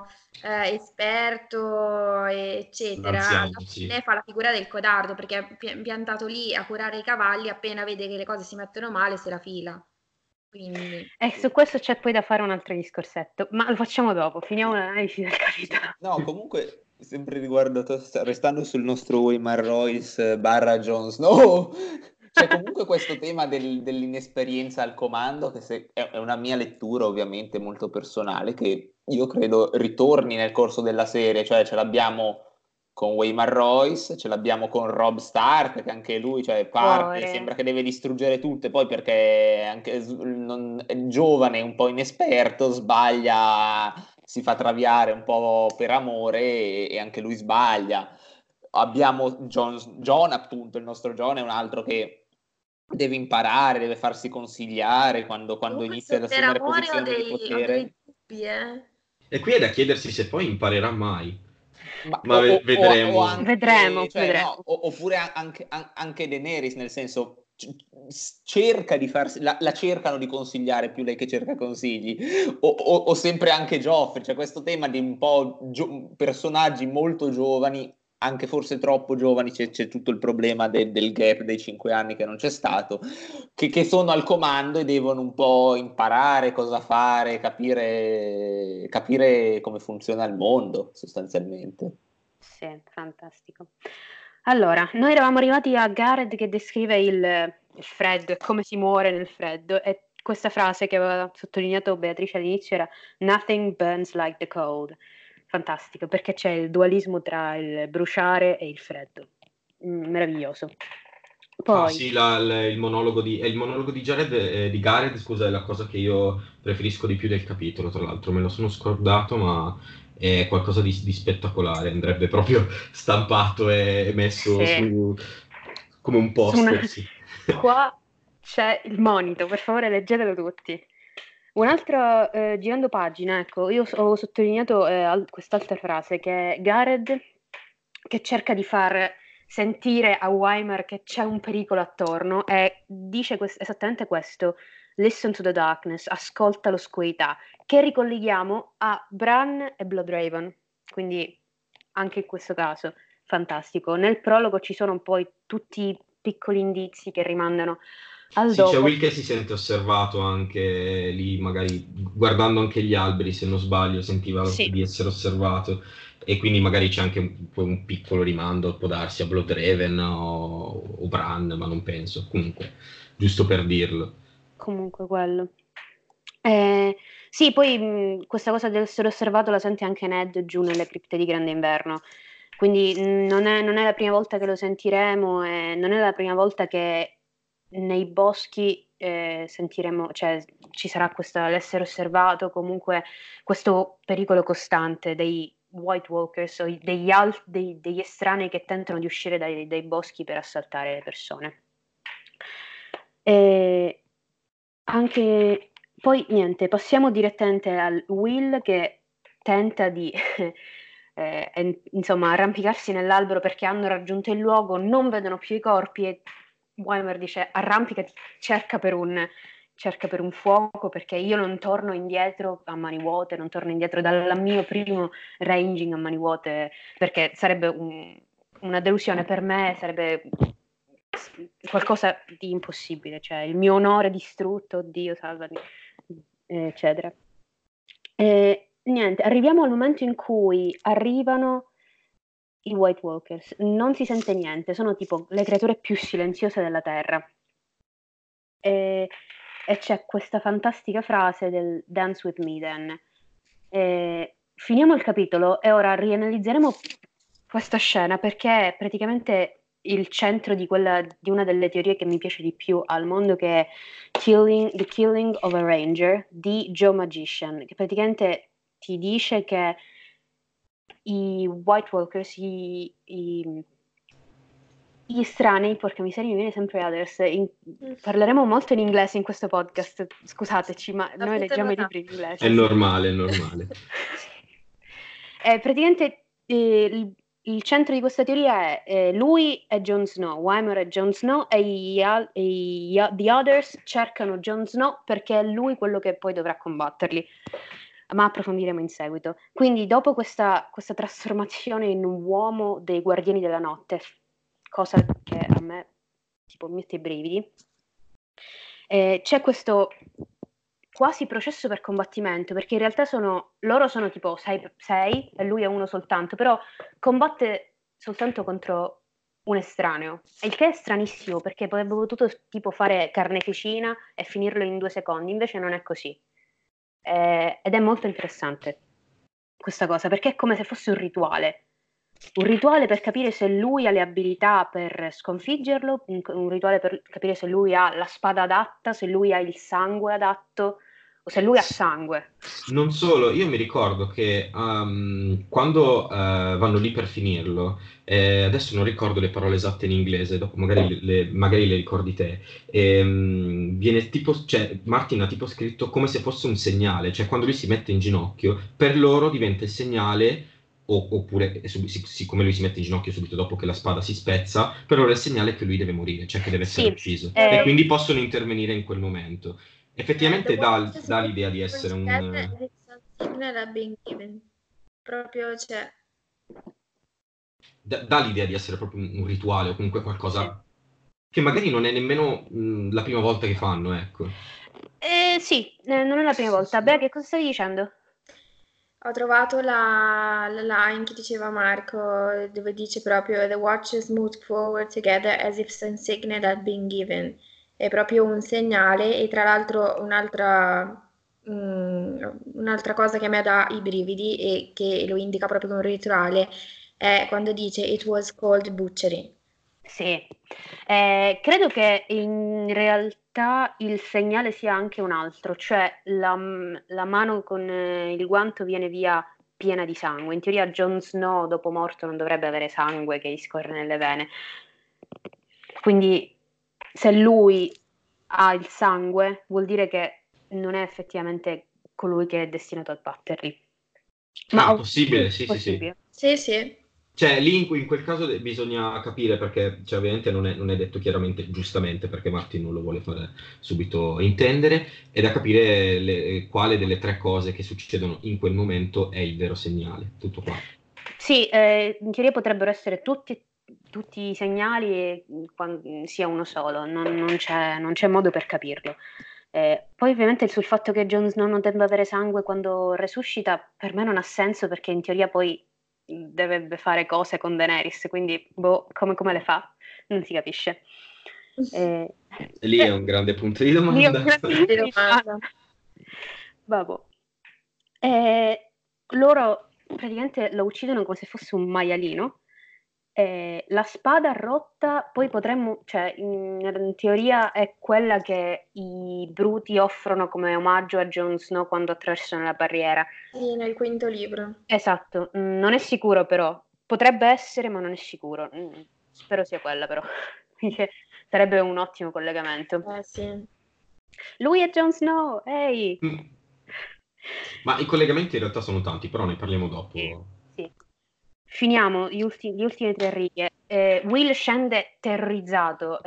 esperto, eccetera, alla L'anziano, sì. fine fa la figura del codardo perché è piantato lì a curare i cavalli, appena vede che le cose si mettono male se la fila. Quindi E su questo c'è poi da fare un altro discorsetto, ma lo facciamo dopo, finiamo l'analisi del capitolo. No, comunque, sempre restando sul nostro Waymar Royce barra Jon Snow, c'è comunque questo tema dell'inesperienza al comando, che è una mia lettura ovviamente molto personale, che io credo ritorni nel corso della serie, cioè ce l'abbiamo con Waymar Royce, ce l'abbiamo con Robb Stark, che anche lui, cioè, parte, Cuore. sembra che deve distruggere tutto, e poi perché anche è giovane, un po' inesperto, sbaglia, si fa traviare un po' per amore e anche lui sbaglia. Abbiamo John, appunto, il nostro John è un altro che deve imparare, deve farsi consigliare quando comunque inizia se ad per assumere amore posizioni di ho dei potere. dubbi, eh. E qui è da chiedersi se poi imparerà mai. Ma, Ma o vedremo. anche, Vedremo, cioè, vedremo. no, oppure anche Daenerys, nel senso, cerca di farsi, la cercano di consigliare più lei che cerca consigli, o sempre anche Joffrey, cioè questo tema di un po' personaggi molto giovani, anche forse troppo giovani, c'è tutto il problema del gap dei 5 anni che non c'è stato, che sono al comando e devono un po' imparare cosa fare, capire come funziona il mondo, sostanzialmente. Sì, fantastico. Allora, noi eravamo arrivati a Gareth che descrive il freddo e come si muore nel freddo, e questa frase che aveva sottolineato Beatrice all'inizio era Nothing burns like the cold. Fantastico, perché c'è il dualismo tra il bruciare e il freddo. Meraviglioso. Poi, Sì, il monologo di Jared, di Gareth, scusa, è la cosa che io preferisco di più del capitolo, tra l'altro, me lo sono scordato, ma è qualcosa di spettacolare, andrebbe proprio stampato e messo sì, su come un su una- poster, sì. qua c'è il monito, per favore leggetelo tutti. Un'altra, girando pagina, ecco, io ho sottolineato quest'altra frase che è Gareth che cerca di far sentire a Weimar che c'è un pericolo attorno e dice esattamente questo: Listen to the darkness, ascolta l'oscurità, che ricolleghiamo a Bran e Bloodraven, quindi anche in questo caso fantastico. Nel prologo ci sono poi tutti i piccoli indizi che rimandano al Sì, c'è dopo. Will che si sente osservato anche lì, magari guardando anche gli alberi, se non sbaglio, sentiva Sì, di essere osservato. E quindi magari c'è anche un piccolo rimando, può darsi a Bloodraven o Bran, ma non penso. Comunque, giusto per dirlo. comunque quello. Sì, poi questa cosa dell'essere osservato la sente anche Ned giù nelle cripte di Grande Inverno, quindi non è la prima volta che lo sentiremo e non è la prima volta che nei boschi sentiremo, cioè ci sarà l'essere osservato, comunque questo pericolo costante dei White Walkers o degli estranei che tentano di uscire dai boschi per assaltare le persone. E anche poi niente, passiamo direttamente al Will che tenta di insomma arrampicarsi nell'albero perché hanno raggiunto il luogo, non vedono più i corpi e Weimer dice arrampicati, cerca per un fuoco perché io non torno indietro a mani vuote, non torno indietro dal mio primo ranging a mani vuote perché sarebbe una delusione per me, sarebbe qualcosa di impossibile, cioè il mio onore distrutto, Dio salvami, eccetera. E niente, arriviamo al momento in cui arrivano i White Walkers, non si sente niente, sono tipo le creature più silenziose della Terra. E c'è questa fantastica frase del Dance with me then. Finiamo il capitolo e ora rianalizzeremo questa scena perché è praticamente il centro di una delle teorie che mi piace di più al mondo, che è The Killing of a Ranger di Joe Magician, che praticamente ti dice che i White Walkers, gli estranei, porca miseria, mi viene sempre Others. Parleremo molto in inglese in questo podcast, scusateci, ma noi leggiamo i libri in inglese. È normale, è normale. Praticamente il centro di questa teoria è lui e Jon Snow, Weimar e Jon Snow e The Others cercano Jon Snow perché è lui quello che poi dovrà combatterli, ma approfondiremo in seguito. Quindi dopo questa trasformazione in un uomo dei Guardiani della Notte, cosa che a me tipo mette i brividi, c'è questo quasi processo per combattimento, perché in realtà loro sono tipo 6 e lui è uno soltanto, però combatte soltanto contro un estraneo, il che è stranissimo perché avrebbe potuto tipo fare carneficina e finirlo in 2 secondi, invece non è così. Ed è molto interessante questa cosa, perché è come se fosse un rituale per capire se lui ha le abilità per sconfiggerlo, un rituale per capire se lui ha la spada adatta, se lui ha il sangue adatto o se lui ha sangue. Non solo, io mi ricordo che quando vanno lì per finirlo, adesso non ricordo le parole esatte in inglese, dopo magari le ricordi te, viene tipo, cioè, Martin ha tipo scritto come se fosse un segnale, cioè quando lui si mette in ginocchio, per loro diventa il segnale, oppure siccome lui si mette in ginocchio subito dopo che la spada si spezza, per loro è il segnale che lui deve morire, cioè che deve essere Sì, ucciso, e quindi possono intervenire in quel momento. The Effettivamente watch is dà l'idea di essere dead un... and it's a signal have been given. Proprio c'è. dà l'idea di essere proprio un rituale o comunque sì. qualcosa che magari non è nemmeno la prima volta che fanno, ecco. Sì, non è la prima volta. Beh, che cosa stavi dicendo? Ho trovato la line che diceva Marco, dove dice proprio The watches moved forward together as if some signal had been given. È proprio un segnale e tra l'altro un'altra cosa che a me dà i brividi e che lo indica proprio come un rituale è quando dice It was called butchery. Sì, credo che in realtà il segnale sia anche un altro, cioè la mano con il guanto viene via piena di sangue. In teoria Jon Snow dopo morto non dovrebbe avere sangue che gli scorre nelle vene. Quindi se lui ha il sangue vuol dire che non è effettivamente colui che è destinato a batterli. Ma possibile, sì, possibile. Sì. Cioè, lì in quel caso bisogna capire perché, cioè, ovviamente non è detto chiaramente, giustamente, perché Martin non lo vuole fare subito intendere, è da capire quale delle tre cose che succedono in quel momento è il vero segnale. Tutto qua. Sì, in teoria potrebbero essere tutti i segnali sia uno solo, non c'è modo per capirlo. Poi ovviamente sul fatto che Jon Snow non debba avere sangue quando resuscita, per me non ha senso perché in teoria poi dovrebbe fare cose con Daenerys, quindi come le fa? Non si capisce. E lì è un grande punto di domanda. Lì è un grande punto di domanda. Vabbè. Loro praticamente lo uccidono come se fosse un maialino. La spada rotta, poi potremmo, cioè in teoria è quella che i bruti offrono come omaggio a Jon Snow quando attraversano la barriera. Sì, nel quinto libro. Esatto, non è sicuro però, potrebbe essere ma non è sicuro. Spero sia quella però, perché sarebbe un ottimo collegamento. Sì. Lui è Jon Snow, ehi! Ma i collegamenti in realtà sono tanti, però ne parliamo dopo. Sì. Finiamo gli ultime tre righe. Will scende terrorizzato.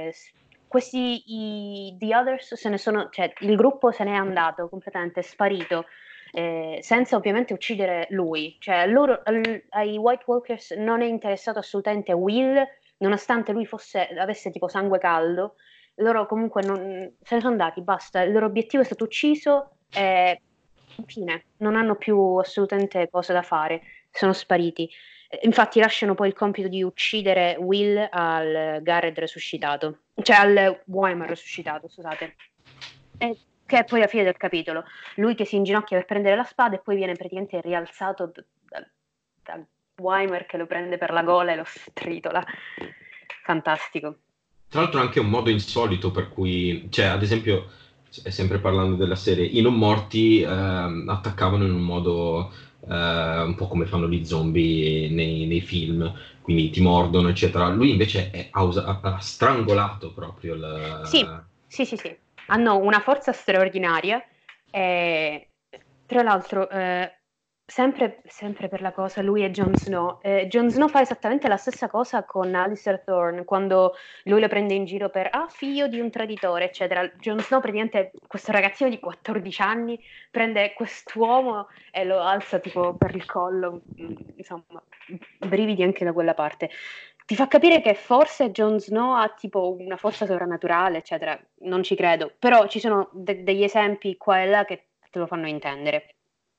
The Others se ne sono, cioè il gruppo se n'è andato completamente, sparito, senza ovviamente uccidere lui. Cioè ai White Walkers non è interessato assolutamente Will, nonostante lui avesse tipo sangue caldo. Loro comunque se ne sono andati, basta. Il loro obiettivo è stato ucciso. Infine, non hanno più assolutamente cose da fare, sono spariti. Infatti lasciano poi il compito di uccidere Will al Garred resuscitato, cioè al Weimar resuscitato, scusate. Che è poi la fine del capitolo. Lui che si inginocchia per prendere la spada e poi viene praticamente rialzato dal Weimar che lo prende per la gola e lo stritola. Fantastico. Tra l'altro anche un modo insolito per cui, cioè ad esempio, sempre parlando della serie, i non morti attaccavano in un modo un po' come fanno gli zombie nei film, quindi ti mordono, eccetera. Lui invece ha strangolato proprio Sì. Hanno una forza straordinaria. Tra l'altro, sempre per la cosa, lui è Jon Snow. Jon Snow fa esattamente la stessa cosa con Alistair Thorne, quando lui lo prende in giro per figlio di un traditore, eccetera. Jon Snow praticamente, questo ragazzino di 14 anni, prende quest'uomo e lo alza tipo per il collo, insomma, brividi anche da quella parte. Ti fa capire che forse Jon Snow ha tipo una forza sovrannaturale, eccetera. Non ci credo, però ci sono degli esempi qua e là che te lo fanno intendere.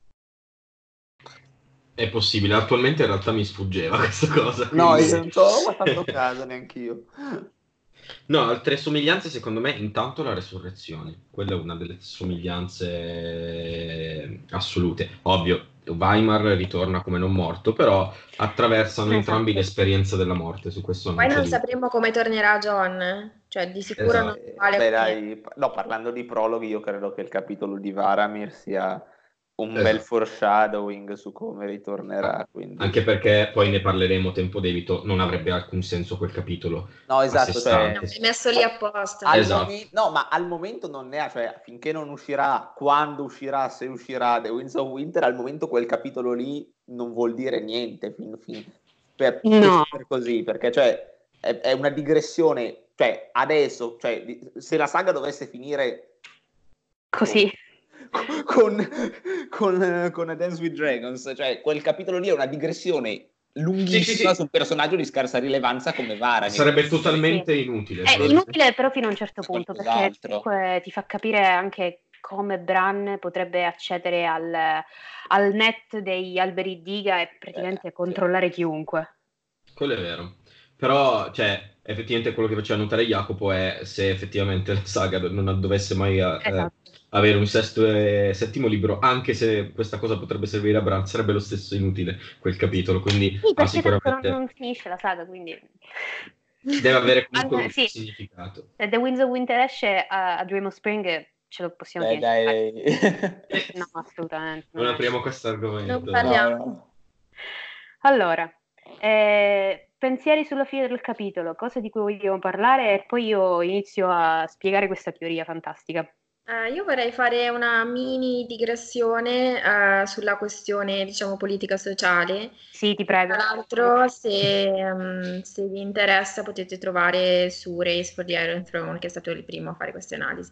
È possibile, attualmente in realtà mi sfuggeva questa cosa. No, quindi- io non ci ho fatto caso neanch'io. No, altre somiglianze secondo me, intanto la resurrezione, quella è una delle somiglianze assolute. Ovvio, Weimar ritorna come non morto, però attraversano entrambi Esatto. l'esperienza della morte, su questo non Poi c'è non dubbio. sapremo come tornerà John, cioè di sicuro Esatto. non vale Beh, come... dai, no, parlando di prologhi, io credo che il capitolo di Varamir sia un Esatto. bel foreshadowing su come ritornerà. Quindi... Anche perché poi ne parleremo tempo debito, non avrebbe alcun senso quel capitolo. No, esatto, a sé cioè, stante. È messo lì apposta. Esatto. No, ma al momento non ne ha, cioè finché non uscirà, quando uscirà, se uscirà The Winds of Winter, al momento quel capitolo lì non vuol dire niente per così, perché cioè è una digressione, cioè adesso, cioè, se la saga dovesse finire così con A Dance with Dragons, cioè quel capitolo lì è una digressione lunghissima Sì. su un personaggio di scarsa rilevanza come Varanir. Sarebbe totalmente inutile. È inutile però fino a un certo punto, perché Qualcos'altro. comunque ti fa capire anche come Bran potrebbe accedere al net degli alberi diga e praticamente controllare chiunque. Quello è vero. Però, cioè, effettivamente quello che faceva notare Jacopo è se effettivamente la saga non dovesse mai Esatto. avere un sesto e settimo libro, anche se questa cosa potrebbe servire a Bran, sarebbe lo stesso inutile quel capitolo. Quindi Sì, perché tanto sicuramente... non finisce la saga, quindi... Deve avere comunque un Sì. significato. Se The Winds of Winter esce a Dream of Spring, ce lo possiamo dimenticare. Dai. No, assolutamente. Non no. apriamo questo Non argomento. parliamo. No. Allora, pensieri sulla fine del capitolo, cose di cui vogliamo parlare e poi io inizio a spiegare questa teoria fantastica. Io vorrei fare una mini digressione sulla questione, diciamo, politica sociale. Sì, ti Tra prego. l'altro, se vi interessa, potete trovare su Race for the Iron Throne, che è stato il primo a fare queste analisi.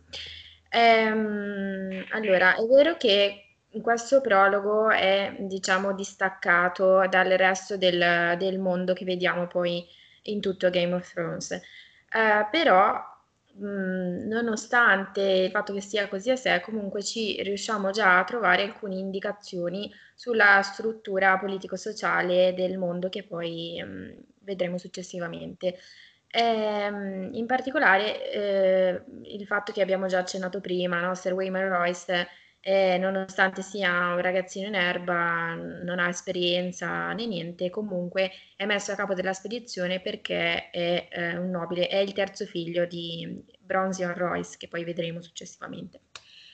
Allora, è vero che questo prologo è, diciamo, distaccato dal resto del mondo che vediamo poi in tutto Game of Thrones. Però, nonostante il fatto che sia così a sé, comunque ci riusciamo già a trovare alcune indicazioni sulla struttura politico-sociale del mondo che poi vedremo successivamente. In particolare il fatto che abbiamo già accennato prima, no? Sir Waymar Royce, nonostante sia un ragazzino in erba, non ha esperienza né niente, comunque è messo a capo della spedizione perché è un nobile, è il terzo figlio di Bronzion Royce, che poi vedremo successivamente.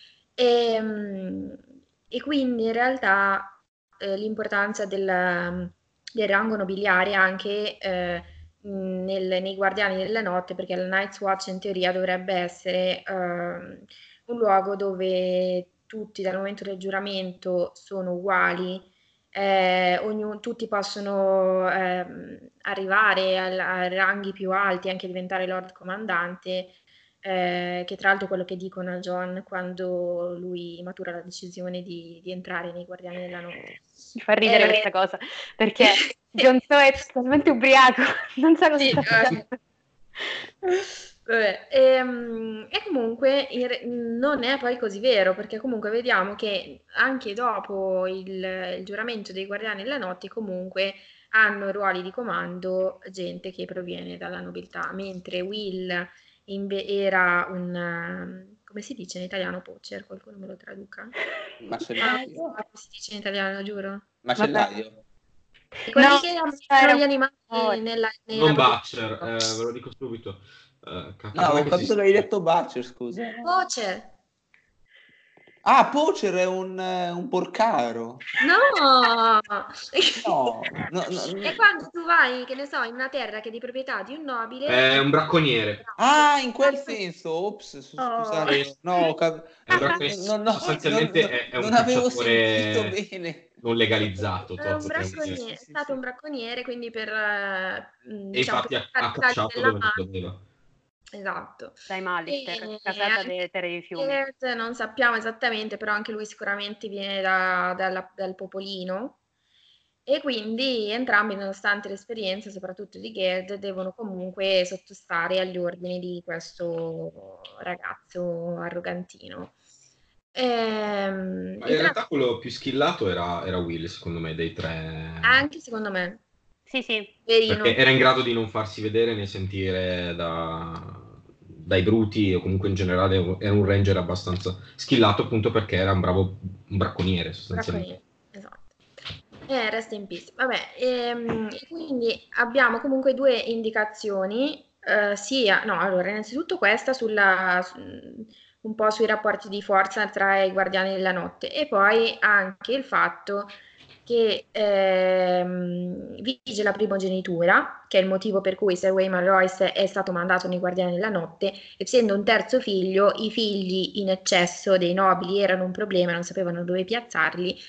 E quindi in realtà l'importanza del rango nobiliare anche nei Guardiani della Notte, perché la Night's Watch in teoria dovrebbe essere un luogo dove tutti dal momento del giuramento sono uguali, tutti possono arrivare a ranghi più alti, anche diventare Lord Comandante, che tra l'altro è quello che dicono a John quando lui matura la decisione di entrare nei Guardiani della Notte. Mi fa ridere questa cosa, perché Jon Snow è totalmente ubriaco, non sa cosa Sì, sta facendo. vabbè, e comunque non è poi così vero, perché comunque vediamo che anche dopo il giuramento dei Guardiani della Notte comunque hanno ruoli di comando gente che proviene dalla nobiltà, mentre Will era come si dice in italiano poacher? Qualcuno me lo traduca? Macellaio? Come si dice in italiano, giuro? Macellaio? Quelli No, che era ammazzano gli animali un nella Non produzione. Butcher, ve lo dico subito. No, Com'è ho che si capito che hai scrive? detto Butcher, scusa. Poacher. Ah, Poacher è un porcaro. No! No. E quando tu vai, che ne so, in una terra che è di proprietà di un nobile È e un bracconiere. Ah, in quel senso, ops, scusate, Sì, no, è un bracconiere. Sostanzialmente è un non avevo sentito cacciatore bene. non legalizzato, è un potremmo dire. bracconiere, è stato un bracconiere, quindi per, E diciamo, infatti per ha portare i saldi cacciato della dove non mare. doveva. Esatto. dai Malister, E casata anche delle terre dei fiumi. Gerd, non sappiamo esattamente, però anche lui sicuramente viene dal popolino. E quindi entrambi, nonostante l'esperienza, soprattutto di Gerd, devono comunque sottostare agli ordini di questo ragazzo arrogantino. Ma I in tre, realtà quello più skillato era Will, secondo me, dei tre. anche secondo me, Sì, sì. Perché verino. era in grado di non farsi vedere né sentire dai bruti, o comunque in generale era un ranger abbastanza skillato, appunto perché era un bracconiere, sostanzialmente. Bracconiere, esatto. Rest in peace. Vabbè, e quindi abbiamo comunque due indicazioni, sia, no, allora, innanzitutto questa un po' sui rapporti di forza tra i Guardiani della Notte e poi anche il fatto che vige la primogenitura, che è il motivo per cui Sir Waymar Royce è stato mandato nei Guardiani della Notte. Essendo un terzo figlio, i figli in eccesso dei nobili erano un problema, non sapevano dove piazzarli.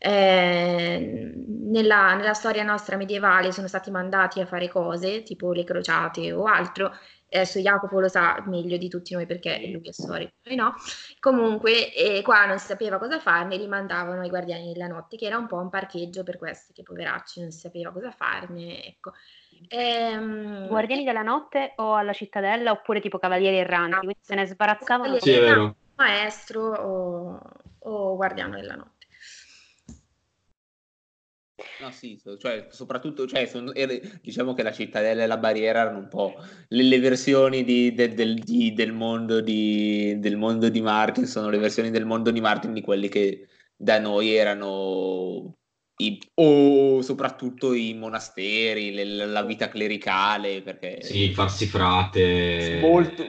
Nella storia nostra medievale sono stati mandati a fare cose, tipo le crociate o altro. Adesso Jacopo lo sa meglio di tutti noi perché lui è storico, noi no. Comunque, qua non si sapeva cosa farne, li mandavano ai Guardiani della Notte, che era un po' un parcheggio per questi, che poveracci non si sapeva cosa farne, ecco. Guardiani della Notte o alla Cittadella oppure tipo Cavalieri Erranti, quindi se ne sbarazzavano. Sì, è vero. Maestro o Guardiano della Notte. No, sì, cioè, soprattutto, cioè, diciamo che la cittadella e la barriera erano un po' le versioni del mondo di Martin, sono le versioni del mondo di Martin di quelli che da noi erano o soprattutto i monasteri, la vita clericale, perché sì, farsi frate. molto,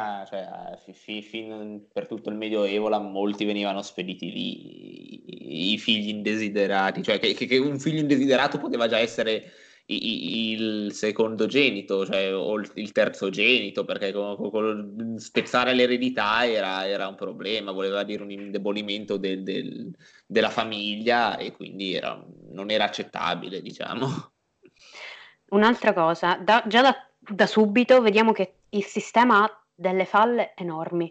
per tutto il Medioevo molti venivano spediti lì, i figli indesiderati, cioè che un figlio indesiderato poteva già essere il secondogenito, cioè, o il terzogenito, perché spezzare l'eredità era un problema, voleva dire un indebolimento della famiglia, e quindi non era accettabile, diciamo. Un'altra cosa, già da subito vediamo che il sistema ha delle falle enormi,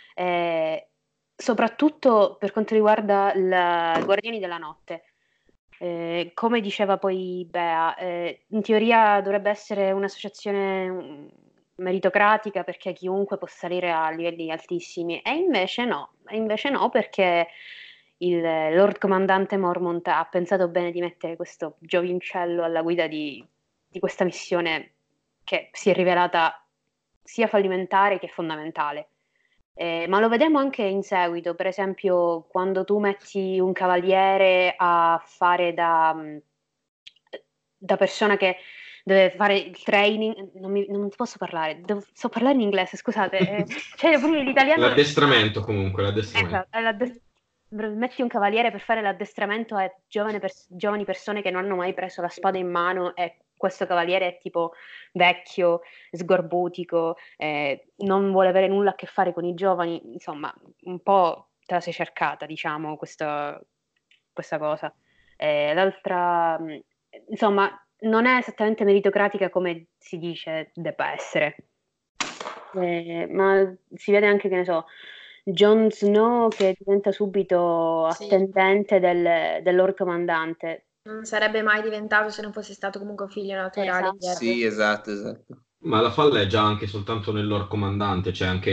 soprattutto per quanto riguarda i Guardiani della Notte. Come diceva poi Bea, in teoria dovrebbe essere un'associazione meritocratica perché chiunque può salire a livelli altissimi, e invece no, perché il Lord Comandante Mormont ha pensato bene di mettere questo giovincello alla guida di questa missione, che si è rivelata sia fallimentare che fondamentale. Ma lo vedremo anche in seguito, per esempio quando tu metti un cavaliere a fare da persona che deve fare il training, non posso parlare, so parlare in inglese, scusate, cioè pure l'italiano... L'addestramento comunque, l'addestramento. Esatto, metti un cavaliere per fare l'addestramento a giovani persone che non hanno mai preso la spada in mano, e questo cavaliere è tipo vecchio, sgorbutico, non vuole avere nulla a che fare con i giovani, insomma, un po' te la sei cercata, diciamo, questa cosa. L'altra, insomma, non è esattamente meritocratica come si dice debba essere, ma si vede anche, che ne so, Jon Snow che diventa subito Sì. attendente del Lord Comandante. Non sarebbe mai diventato se non fosse stato comunque un figlio naturale di Esatto. Erwin. Sì, esatto. Ma la falla è già anche soltanto nel Lord Comandante, cioè anche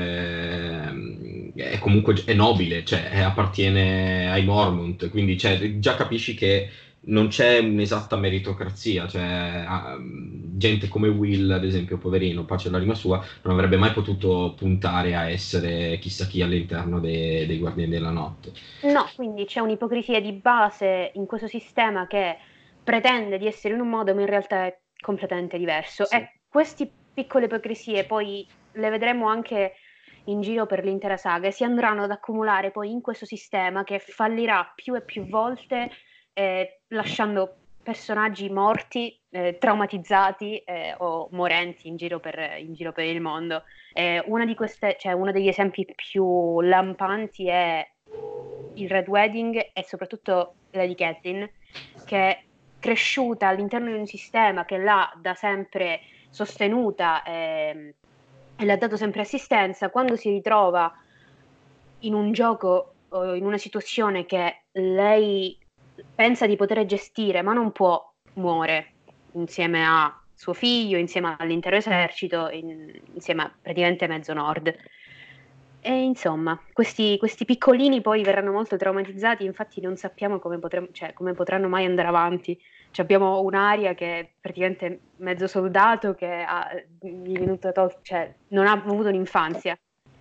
è comunque è nobile, cioè appartiene ai Mormont, quindi cioè, già capisci che non c'è un'esatta meritocrazia, cioè gente come Will, ad esempio, poverino, pace all'anima sua, non avrebbe mai potuto puntare a essere chissà chi all'interno dei Guardiani della Notte. No, quindi c'è un'ipocrisia di base in questo sistema che pretende di essere in un modo, ma in realtà è completamente diverso. Sì. E queste piccole ipocrisie poi le vedremo anche in giro per l'intera saga e si andranno ad accumulare poi in questo sistema che fallirà più e più volte, lasciando personaggi morti, traumatizzati o morenti in giro per il mondo. Una di queste, cioè uno degli esempi più lampanti è il Red Wedding e soprattutto Lady Catelyn, che è cresciuta all'interno di un sistema che l'ha da sempre sostenuta e le ha dato sempre assistenza. Quando si ritrova in un gioco o in una situazione che lei pensa di poter gestire ma non può, muore insieme a suo figlio, insieme all'intero esercito, insieme a praticamente mezzo nord. E insomma, questi piccolini poi verranno molto traumatizzati, infatti non sappiamo come potranno mai andare avanti. Abbiamo un'Aria che è praticamente mezzo soldato, che gli è venuto non ha avuto un'infanzia.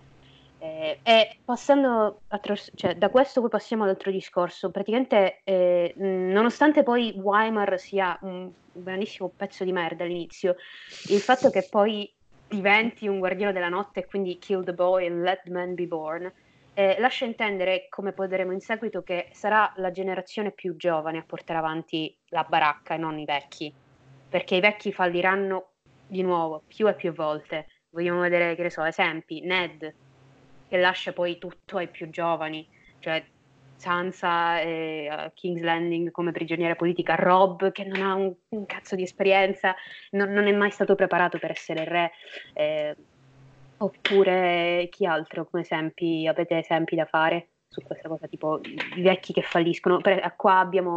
E passando da questo poi passiamo all'altro discorso. Praticamente, nonostante poi Weimar sia un grandissimo pezzo di merda all'inizio, il fatto che poi diventi un guardiano della notte e quindi kill the boy and let the man be born, lascia intendere, come poi vedremo in seguito, che sarà la generazione più giovane a portare avanti la baracca e non i vecchi, perché i vecchi falliranno di nuovo più e più volte. Vogliamo vedere, che ne so, esempi: Ned che lascia poi tutto ai più giovani, cioè Sansa a King's Landing come prigioniera politica, Robb che non ha un cazzo di esperienza, non è mai stato preparato per essere re, oppure chi altro come esempi? Avete esempi da fare su questa cosa, tipo i vecchi che falliscono? Qua abbiamo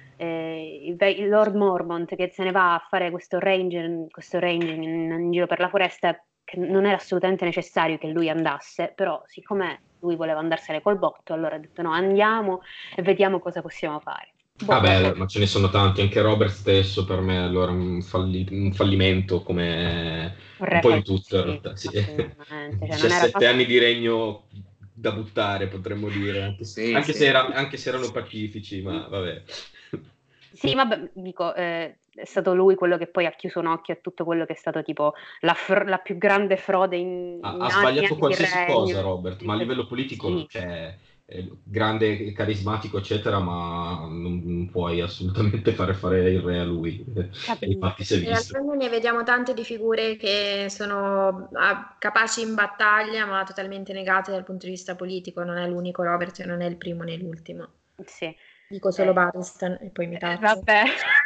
il Lord Mormont che se ne va a fare questo ranging in giro per la foresta, che non era assolutamente necessario che lui andasse, però siccome lui voleva andarsene col botto, allora ha detto no, andiamo e vediamo cosa possiamo fare. Vabbè, ma ce ne sono tanti, anche Robert stesso per me allora un fallimento come un po' in tutto in realtà, sì. 17 anni di regno da buttare, potremmo dire, anche se erano pacifici, ma vabbè. Sì, vabbè, dico, è stato lui quello che poi ha chiuso un occhio a tutto quello che è stato tipo la più grande frode in Ha anni sbagliato di qualsiasi cosa, regno. Robert, ma a livello politico Sì, cioè, è grande, carismatico, eccetera, ma non puoi assolutamente fare il re a lui. E infatti capito. si è In visto. realtà noi ne vediamo tante di figure che sono capaci in battaglia, ma totalmente negate dal punto di vista politico. Non è l'unico Robert, non è il primo né l'ultimo. Sì. Dico solo Barristan e poi mi taccio. Vabbè.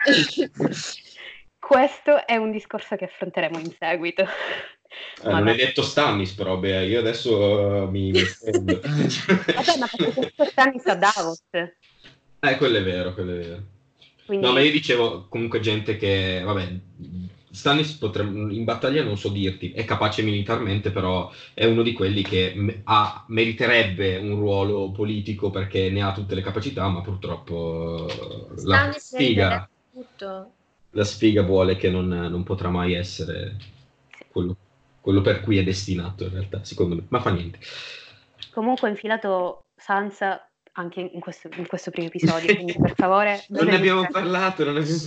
Questo è un discorso che affronteremo in seguito. Ma Non no. hai detto Stannis, però, beh, io adesso mi stendo. Vabbè, ma perché questo stanno a Davos, Quello è vero, quello è vero. No, ma quindi io dicevo comunque gente che, vabbè, Stannis in battaglia non so dirti, è capace militarmente, però è uno di quelli che meriterebbe un ruolo politico perché ne ha tutte le capacità, ma purtroppo Stannis meriterebbe tutto. la sfiga vuole che non potrà mai essere quello per cui è destinato in realtà, secondo me, ma fa niente. comunque ho infilato Sansa anche in questo primo episodio, quindi per favore Non ne abbiamo parlato.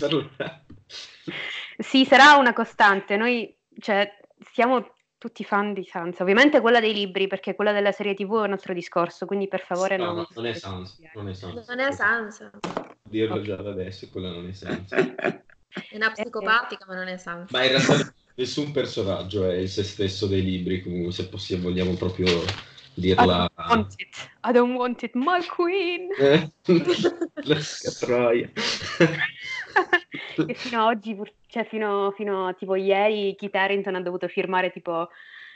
Sì, sarà una costante. Noi, cioè, siamo tutti fan di Sansa. Ovviamente quella dei libri, perché quella della serie TV è un altro discorso, quindi per favore No, non... non è Sansa, non è Sansa. Non è Sansa. Dirlo Ok. già da adesso, quella non è Sansa. È una psicopatica, ma non è Sansa. Ma in realtà nessun personaggio è il se stesso dei libri, comunque, se possiamo, vogliamo proprio dirla. I don't want it, my queen! La scatroia. Che fino a oggi, cioè fino a tipo ieri, Kit Harington ha dovuto firmare tipo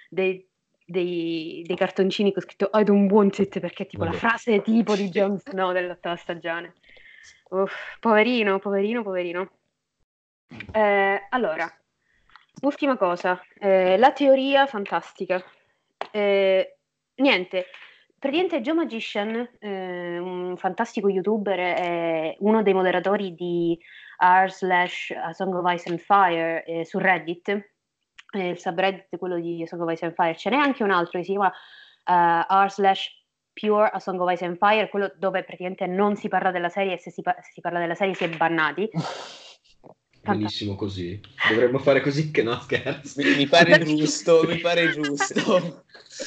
dei cartoncini con scritto I don't want it, perché è tipo la Vabbè. frase tipo di Jon Snow dell'8ª stagione. Uff, poverino. Allora, ultima cosa, la teoria fantastica. Niente, praticamente Joe Magician, un fantastico youtuber, è uno dei moderatori di r/A Song of Ice and Fire su Reddit, il subreddit quello di A Song of Ice and Fire. Ce n'è anche un altro che si chiama r/Pure A Song of Ice and Fire, quello dove praticamente non si parla della serie e se si parla della serie si è bannati. Benissimo così. Dovremmo fare così che no, scherzo. Mi pare giusto, mi pare giusto.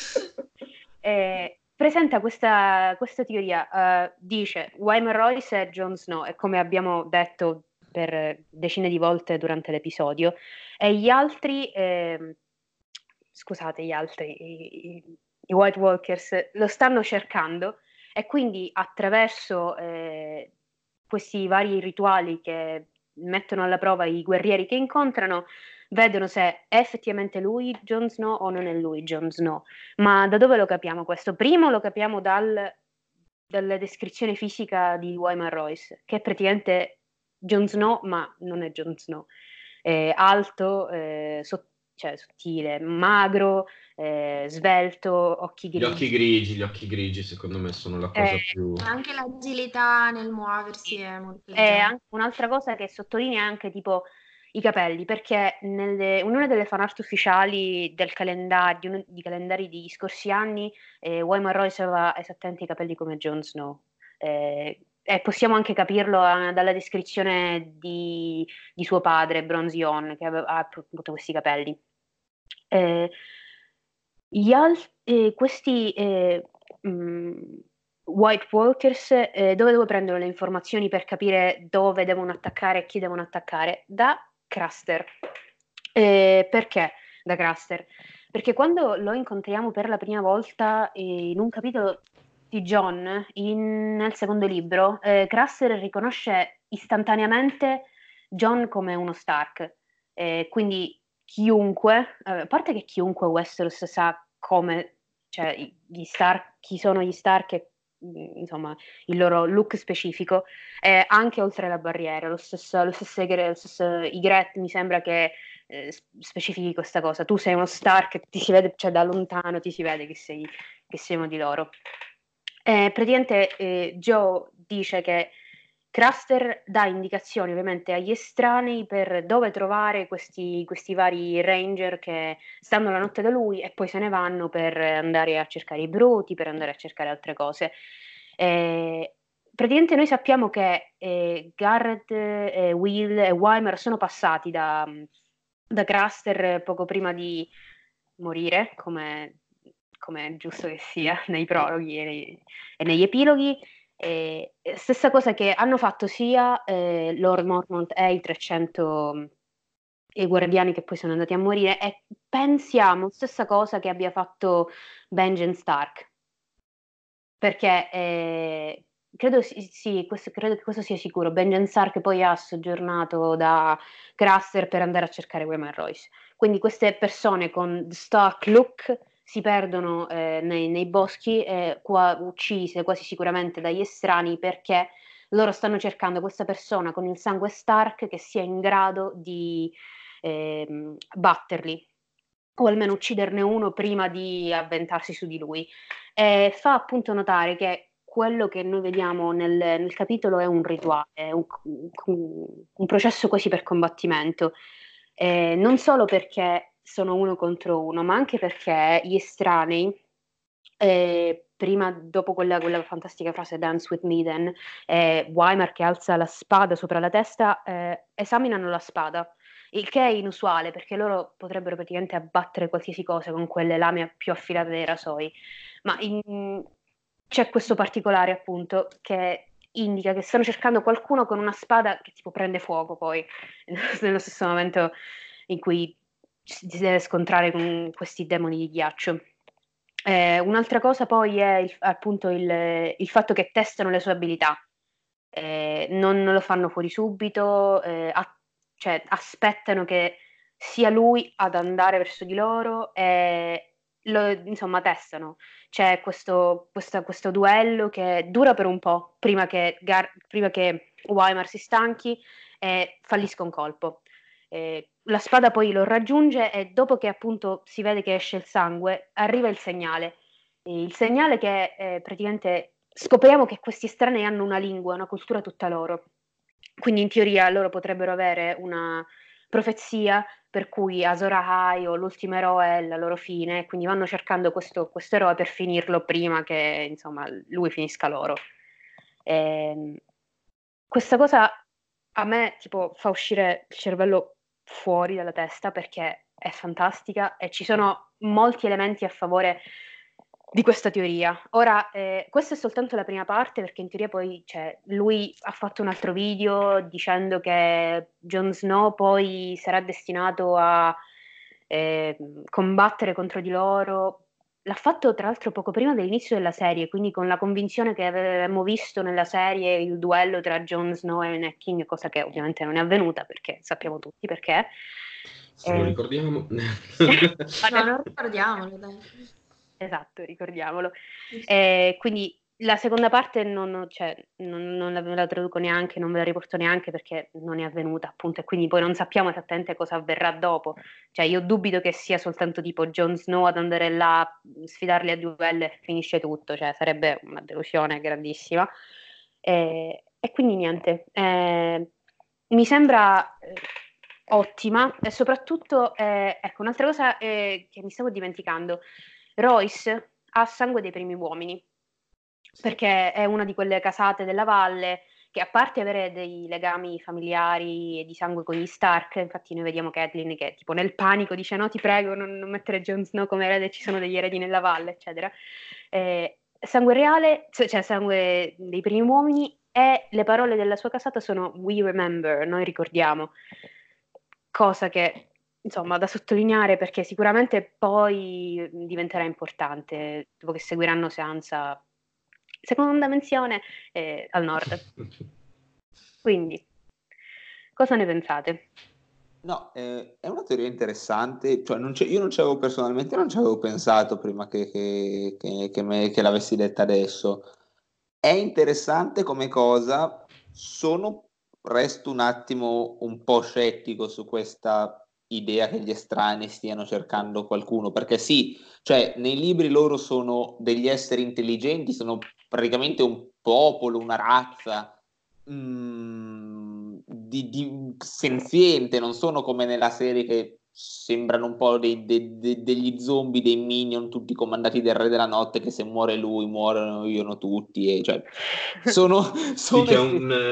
Presenta questa teoria, dice Wyman Royce e Jon Snow, e come abbiamo detto per decine di volte durante l'episodio, e gli altri, scusate, i White Walkers lo stanno cercando, e quindi attraverso questi vari rituali che mettono alla prova i guerrieri che incontrano, vedono se è effettivamente lui Jon Snow o non è lui Jon Snow. Ma da dove lo capiamo questo? Primo lo capiamo dalla descrizione fisica di Wyman Royce, che è praticamente Jon Snow, ma non è Jon Snow. È alto, cioè sottile, magro, svelto, occhi Gli occhi grigi. gli occhi grigi, secondo me, sono la cosa più. Anche l'agilità nel muoversi è molto E leggera. anche un'altra cosa che sottolinea è anche tipo i capelli, perché in una delle fan art ufficiali del calendario, di calendari degli scorsi anni, Wyman Royce aveva esattamente i capelli come Jon Snow. E possiamo anche capirlo dalla descrizione di suo padre, Bronze Yohn, che ha appunto questi capelli. Questi White Walkers, dove prendono le informazioni per capire dove devono attaccare e chi devono attaccare? Da Craster. Perché da Craster? Perché quando lo incontriamo per la prima volta in un capitolo di Jon, nel secondo libro, Craster riconosce istantaneamente Jon come uno Stark. Quindi chiunque, a parte che chiunque Westeros sa come, cioè gli Stark, chi sono gli Stark e insomma il loro look specifico, anche oltre la barriera, lo stesso Ygritte mi sembra che specifichi questa cosa. Tu sei uno Stark, ti si vede, cioè da lontano ti si vede che sei uno di loro. Praticamente Joe dice che Craster dà indicazioni ovviamente agli estranei per dove trovare questi vari ranger che stanno la notte da lui e poi se ne vanno per andare a cercare i bruti, per andare a cercare altre cose. praticamente noi sappiamo che Garrett, Will e Weimer sono passati da Craster poco prima di morire, come è giusto che sia nei prologhi e negli epiloghi. Stessa cosa che hanno fatto sia Lord Mormont e i 300 i guardiani che poi sono andati a morire, e pensiamo stessa cosa che abbia fatto Benjen Stark, perché credo che questo sia sicuro. Benjen Stark poi ha soggiornato da Craster per andare a cercare Waymar Royce, quindi queste persone con Stark look si perdono nei boschi, uccise quasi sicuramente dagli estranei, perché loro stanno cercando questa persona con il sangue Stark che sia in grado di batterli, o almeno ucciderne uno prima di avventarsi su di lui. Fa appunto notare che quello che noi vediamo nel capitolo è un rituale, è un processo quasi per combattimento, non solo perché sono uno contro uno, ma anche perché gli estranei, prima, dopo quella fantastica frase Dance with me then, Weimar che alza la spada sopra la testa, esaminano la spada, il che è inusuale perché loro potrebbero praticamente abbattere qualsiasi cosa con quelle lame più affilate dei rasoi, ma c'è questo particolare appunto che indica che stanno cercando qualcuno con una spada che tipo prende fuoco poi, nello stesso momento in cui si deve scontrare con questi demoni di ghiaccio. Un'altra cosa poi è appunto il fatto che testano le sue abilità. Non lo fanno fuori subito, cioè aspettano che sia lui ad andare verso di loro e insomma testano. C'è questo duello che dura per un po' prima che Weimar si stanchi e fallisca un colpo. La spada poi lo raggiunge e dopo che appunto si vede che esce il sangue, arriva il segnale. Il segnale che praticamente scopriamo che questi estranei hanno una lingua, una cultura tutta loro. Quindi in teoria loro potrebbero avere una profezia per cui Azor Ahai o l'ultimo eroe è la loro fine, quindi vanno cercando questo eroe per finirlo prima che insomma lui finisca loro. Questa cosa a me tipo fa uscire il cervello fuori dalla testa perché è fantastica e ci sono molti elementi a favore di questa teoria. Ora, questa è soltanto la prima parte perché in teoria poi lui ha fatto un altro video dicendo che Jon Snow poi sarà destinato a combattere contro di loro. L'ha fatto tra l'altro poco prima dell'inizio della serie, quindi con la convinzione che avevamo visto nella serie il duello tra Jon Snow e Ned King, cosa che ovviamente non è avvenuta perché sappiamo tutti perché. Se lo ricordiamo. No, non ricordiamolo, dai. Esatto, ricordiamolo. Quindi la seconda parte non la traduco neanche, non ve la riporto neanche perché non è avvenuta, appunto, e quindi poi non sappiamo esattamente cosa avverrà dopo. Cioè, io dubito che sia soltanto tipo Jon Snow ad andare là, sfidarli a duello e finisce tutto, cioè sarebbe una delusione grandissima. E quindi niente, mi sembra ottima e soprattutto, ecco, un'altra cosa che mi stavo dimenticando. Royce ha sangue dei primi uomini, perché è una di quelle casate della valle che, a parte avere dei legami familiari e di sangue con gli Stark, infatti noi vediamo Catelyn che tipo nel panico dice no, ti prego, non mettere Jon Snow come erede, ci sono degli eredi nella valle, eccetera. Sangue reale, cioè sangue dei primi uomini, e le parole della sua casata sono "We remember", noi ricordiamo, cosa che insomma da sottolineare perché sicuramente poi diventerà importante dopo che seguiranno Sansa, seconda menzione, al nord. Quindi, cosa ne pensate? No, è una teoria interessante, cioè io non ci avevo personalmente non ci avevo pensato prima che l'avessi detta adesso. È interessante come cosa, resto un attimo un po' scettico su questa idea che gli estranei stiano cercando qualcuno, perché sì, cioè nei libri loro sono degli esseri intelligenti, sono praticamente un popolo, una razza di senziente, non sono come nella serie che sembrano un po' degli zombie, dei minion tutti comandati dal Re della Notte, che se muore lui muoiono tutti, e cioè Sì, c'è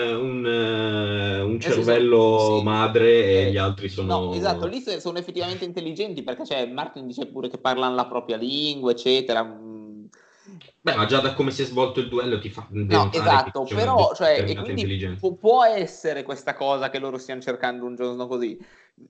un cervello madre e gli altri sono... No, esatto, lì sono effettivamente intelligenti, perché Martin dice pure che parlano la propria lingua, eccetera. Beh, ma già da come si è svolto il duello ti fa No, denotare esatto, che c'è una però, e determinata quindi intelligenza. può essere questa cosa che loro stiano cercando un giorno così.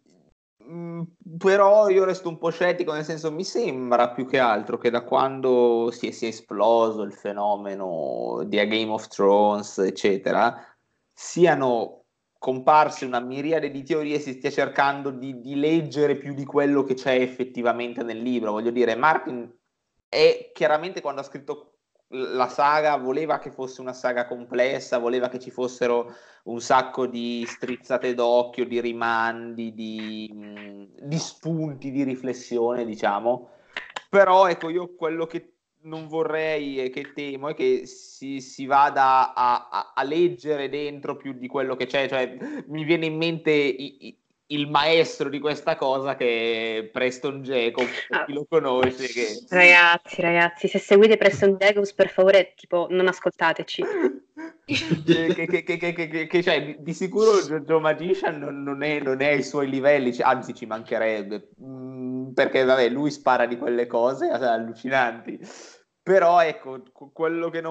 Però io resto un po' scettico, nel senso, mi sembra più che altro che da quando si è esploso il fenomeno di A Game of Thrones, eccetera, siano comparse una miriade di teorie e si stia cercando di leggere più di quello che c'è effettivamente nel libro. Voglio dire, Martin è chiaramente, quando ha scritto la saga, voleva che fosse una saga complessa, voleva che ci fossero un sacco di strizzate d'occhio, di rimandi, di spunti di riflessione, diciamo. Però ecco, io quello che non vorrei e che temo è che si vada a leggere dentro più di quello che c'è. Cioè, mi viene in mente il maestro di questa cosa, che è Preston Jacobs, per chi lo conosce. Che... Ragazzi, se seguite Preston Jacobs, per favore, tipo, non ascoltateci. che cioè, di sicuro Joe Magician non è ai suoi livelli, anzi ci mancherebbe, perché vabbè, lui spara di quelle cose allucinanti. Però ecco, quello che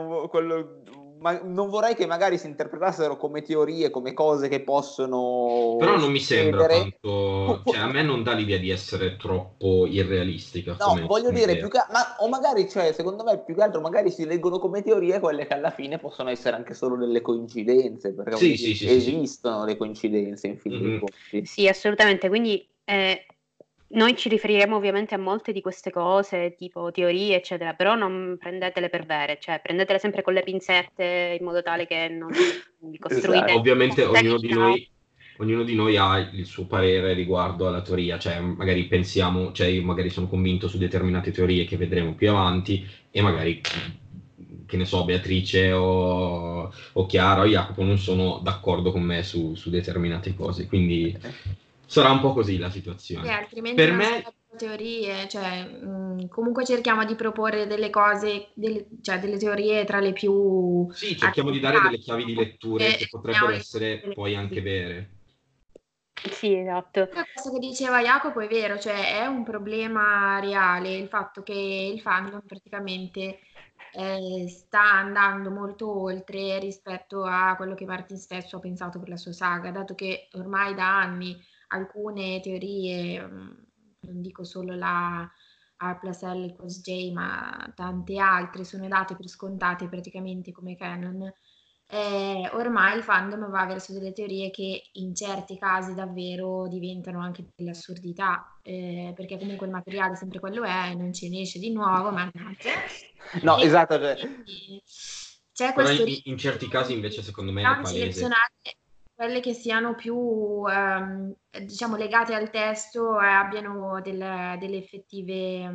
non vorrei che magari si interpretassero come teorie, come cose che possono Però non mi sembra succedere. tanto, cioè a me non dà l'idea di essere troppo irrealistica No, voglio come dire, idea. o magari, cioè, secondo me, più che altro, magari si leggono come teorie quelle che alla fine possono essere anche solo delle coincidenze, perché voglio Sì, dire, sì. esistono le coincidenze, in fin dei Mhm. conti. Sì, assolutamente. Quindi noi ci riferiremo ovviamente a molte di queste cose, tipo teorie, eccetera, però non prendetele per vere, cioè prendetele sempre con le pinzette in modo tale che non vi costruite. Esatto. Ovviamente ognuno di di noi ha il suo parere riguardo alla teoria, cioè magari pensiamo, cioè io magari sono convinto su determinate teorie che vedremo più avanti e magari, che ne so, Beatrice o Chiara o Jacopo non sono d'accordo con me su determinate cose, quindi sarà un po' così la situazione. Altrimenti Per non me... sarebbero teorie, cioè, comunque cerchiamo di proporre delle cose, cioè delle teorie tra le più Sì, cerchiamo di dare delle accettabili, chiavi di letture oppure che teniamo potrebbero essere poi anche vere. Sì, esatto. Questo che diceva Jacopo è vero, cioè è un problema reale il fatto che il fandom praticamente sta andando molto oltre rispetto a quello che Martin stesso ha pensato per la sua saga, dato che ormai da anni alcune teorie, non dico solo la R+L equals J, ma tante altre sono date per scontate praticamente come canon. Ormai il fandom va verso delle teorie che in certi casi davvero diventano anche delle assurdità, perché comunque il materiale sempre quello è, non ce ne esce di nuovo, mannaggia. No, E esatto, cioè... quindi c'è Però questo in certi casi invece secondo me è di palese. selezionare quelle che siano più, diciamo, legate al testo e abbiano delle effettive...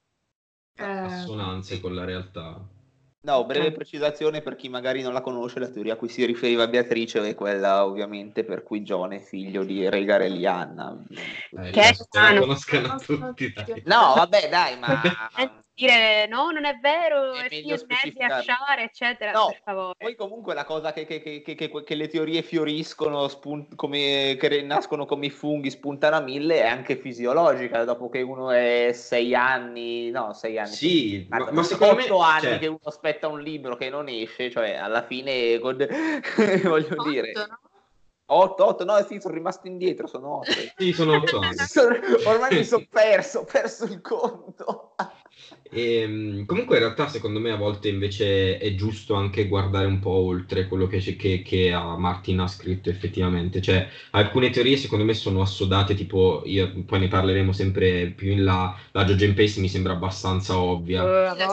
Assonanze con la realtà. No, breve Ok. precisazione per chi magari non la conosce: la teoria a cui si riferiva Beatrice è quella ovviamente per cui John è figlio di Rhaegar e Lyanna. Che Penso che la strano. conoscano tutti, dai. No, vabbè, dai, ma Dire no, non è vero, è è meglio figlio di Ned e specificare. Ashara, eccetera, No, per favore. poi comunque la cosa che le teorie fioriscono, come, che nascono come i funghi, spuntano a mille, è anche fisiologica. Dopo che uno è 6 anni, no, 6 anni, Sì, ma secondo me, 8 anni che cioè, uno aspetta un libro che non esce, cioè alla fine, voglio dire... 8, no? 8, no, sì, sono rimasto indietro, sono 8. sì, sono 8 anni. Ormai mi sono perso il conto. Comunque in realtà secondo me a volte invece è giusto anche guardare un po' oltre quello che Martin ha scritto effettivamente. Cioè, alcune teorie secondo me sono assodate, tipo, poi ne parleremo sempre più in là, la Jojen Pace mi sembra abbastanza ovvia.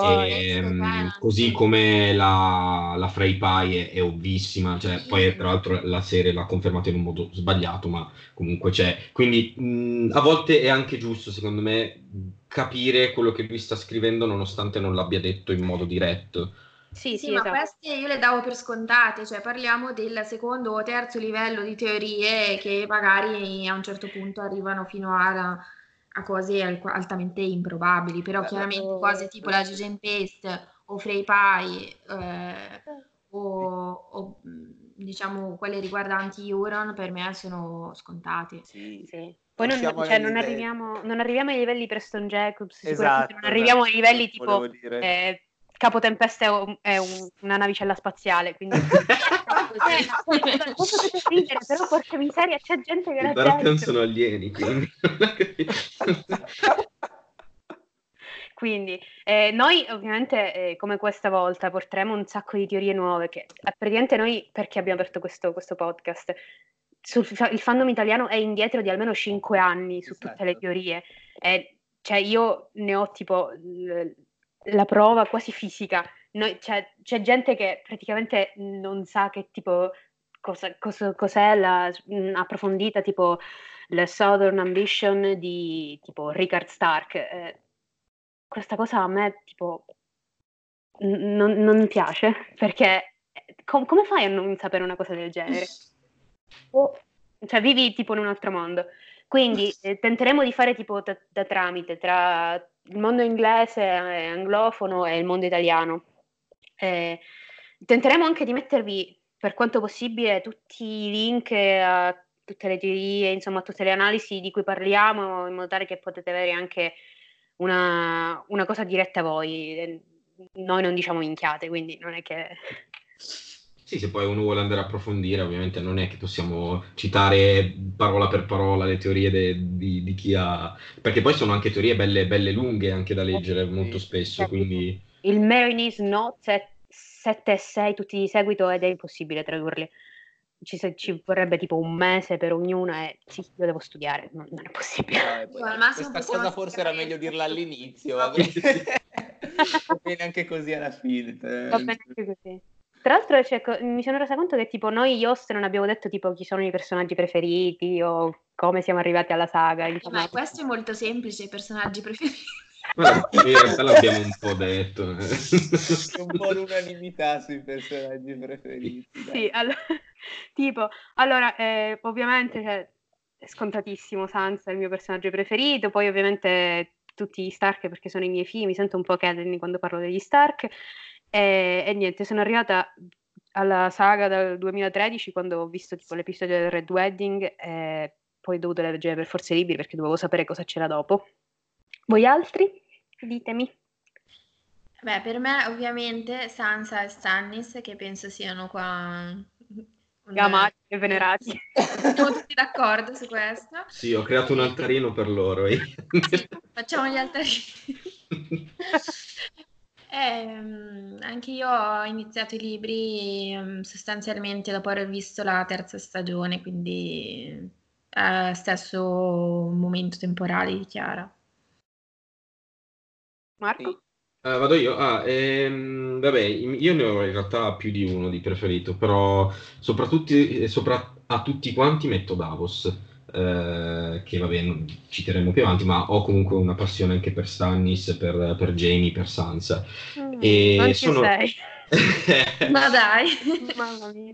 Così come la Frey Pie è ovvissima, cioè, poi tra l'altro la serie l'ha confermato in un modo sbagliato, ma comunque c'è. Quindi a volte è anche giusto, secondo me, capire quello che lui sta scrivendo nonostante non l'abbia detto in modo diretto. Sì, Sì, ma esatto. queste io le davo per scontate, cioè parliamo del secondo o terzo livello di teorie che magari a un certo punto arrivano fino a cose altamente improbabili, però chiaramente cose tipo la Gigi and Paste o Frey Pie diciamo quelle riguardanti Euron per me sono scontate. Sì. Sì. Poi non arriviamo ai livelli Preston Jacobs, sicuramente non Esatto, arriviamo ai livelli tipo volevo dire. Capotempesta è una navicella spaziale, quindi adesso potete ridere, però porca miseria, c'è gente che I l'ha Tarkan detto. sono alieni, quindi Quindi noi ovviamente come questa volta porteremo un sacco di teorie nuove che praticamente noi perché abbiamo aperto questo podcast? Il fandom italiano è indietro di almeno 5 anni su tutte le Esatto. teorie. Cioè io ne ho tipo la prova quasi fisica. C'è gente che praticamente non sa che tipo cos'è la approfondita tipo la Southern Ambition di tipo Rickard Stark. Questa cosa a me tipo non piace perché come fai a non sapere una cosa del genere? Cioè vivi tipo in un altro mondo. Quindi tenteremo di fare tipo da tramite tra il mondo inglese, anglofono e il mondo italiano. Tenteremo anche di mettervi per quanto possibile tutti i link a tutte le teorie, insomma a tutte le analisi di cui parliamo, in modo tale che potete avere anche una cosa diretta a voi. Noi non diciamo minchiate, quindi non è che... sì, se poi uno vuole andare a approfondire, ovviamente non è che possiamo citare parola per parola le teorie di chi ha... Perché poi sono anche teorie belle lunghe anche da leggere molto spesso, quindi... Il Marinese Note 7 e 6 tutti di seguito ed è impossibile tradurli. Ci vorrebbe tipo un mese per ognuna e sì, io devo studiare, non è possibile. Al massimo Questa cosa forse era meglio dirla all'inizio, va Sì, sì. bene anche così alla fine. Va bene anche così. Tra l'altro mi sono resa conto che tipo noi host non abbiamo detto tipo chi sono i personaggi preferiti o come siamo arrivati alla saga. Ma questo è molto semplice, i personaggi preferiti. Guarda, in realtà l'abbiamo un po' detto. C'è un po' l'unanimità sui personaggi preferiti. Sì, allora, ovviamente è scontatissimo Sansa è il mio personaggio preferito, poi ovviamente tutti gli Stark perché sono i miei figli, mi sento un po' Catelyn quando parlo degli Stark e niente, sono arrivata alla saga dal 2013 quando ho visto tipo l'episodio del Red Wedding e poi ho dovuto leggere per forza i libri perché dovevo sapere cosa c'era dopo. Voi altri? Ditemi. Beh, per me ovviamente Sansa e Stannis, che penso siano qua Amati e venerati. siamo tutti d'accordo su questo. Sì, ho creato un altarino per loro. Sì, facciamo gli altarini. Anche io ho iniziato i libri sostanzialmente dopo aver visto la terza stagione, quindi stesso momento temporale di Chiara. Marco? Vado io. Vabbè, io ne ho in realtà più di uno di preferito, però soprattutto a tutti quanti metto Davos, che vabbè, citeremo più avanti, ma ho comunque una passione anche per Stannis, per Jaime, per Sansa. E Non ci sei. Ma dai. Mamma mia.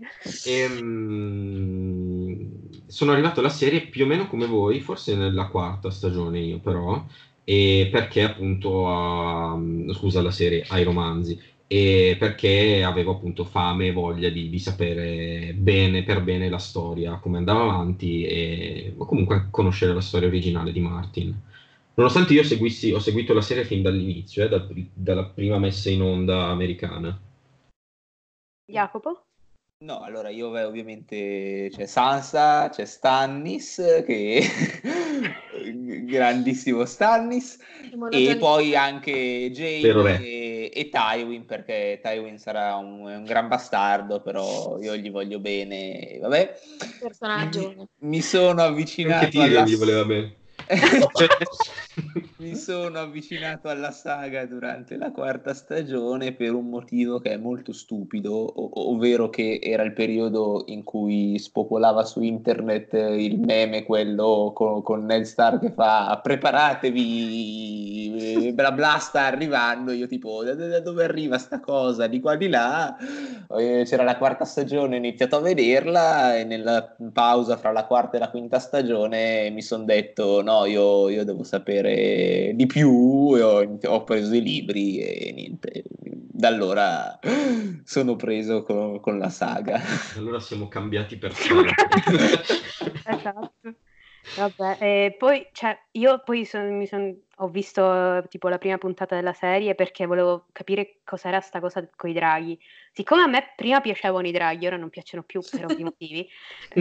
Sono arrivato alla serie più o meno come voi, forse nella quarta stagione io però, e perché appunto scusa la serie, ai romanzi, e perché avevo appunto fame e voglia di sapere bene per bene la storia, come andava avanti e o comunque conoscere la storia originale di Martin. Nonostante io ho seguito la serie fin dall'inizio, dalla prima messa in onda americana. Jacopo? No, allora io ovviamente c'è Sansa, c'è Stannis, che grandissimo Stannis, e poi anche Vero Jaime re. e Tywin, perché Tywin sarà un gran bastardo, però io gli voglio bene, vabbè. Personaggio. Mi sono Anche avvicinato Tyrion gli voleva bene. Mi sono avvicinato alla saga durante la 4ª stagione per un motivo che è molto stupido, ovvero che era il periodo in cui spopolava su internet il meme, quello con Ned Stark che fa preparatevi, bla bla sta arrivando, io tipo da dove arriva sta cosa, di qua di là. C'era la 4ª stagione, ho iniziato a vederla e nella pausa fra la 4ª e la 5ª stagione mi sono detto no, io devo sapere di più e ho preso i libri e niente, da allora sono preso con la saga. Allora siamo cambiati per sempre. Esatto. Vabbè, poi, cioè, io poi ho visto tipo la prima puntata della serie perché volevo capire cos'era sta cosa con i draghi. Siccome a me prima piacevano i draghi, ora non piacciono più per ovvi motivi.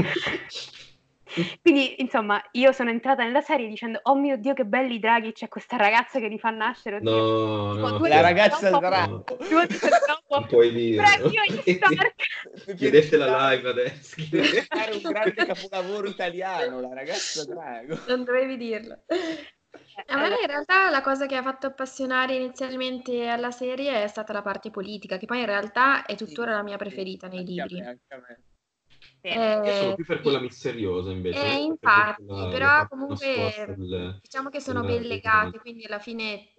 Quindi, insomma, io sono entrata nella serie dicendo oh mio Dio che belli i draghi, c'è questa ragazza che li fa nascere. Oddio. No, la ragazza drago. no. 2 episodi dopo. Non puoi dire. Prego, gli Stark. Chiudete la live adesso. Deve fare un grande capolavoro italiano, la ragazza drago. Non dovevi dirlo. A me in realtà la cosa che ha fatto appassionare inizialmente alla serie è stata la parte politica, che poi in realtà è tuttora la mia preferita nei libri. Anche a me. Io sono più per quella misteriosa invece. Infatti, però comunque del, diciamo che sono ben legate, quindi alla fine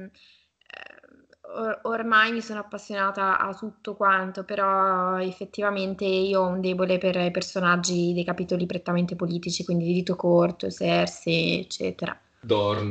ormai mi sono appassionata a tutto quanto, però effettivamente io ho un debole per i personaggi dei capitoli prettamente politici, quindi di Dito Corto, Cersei, eccetera. Dorn,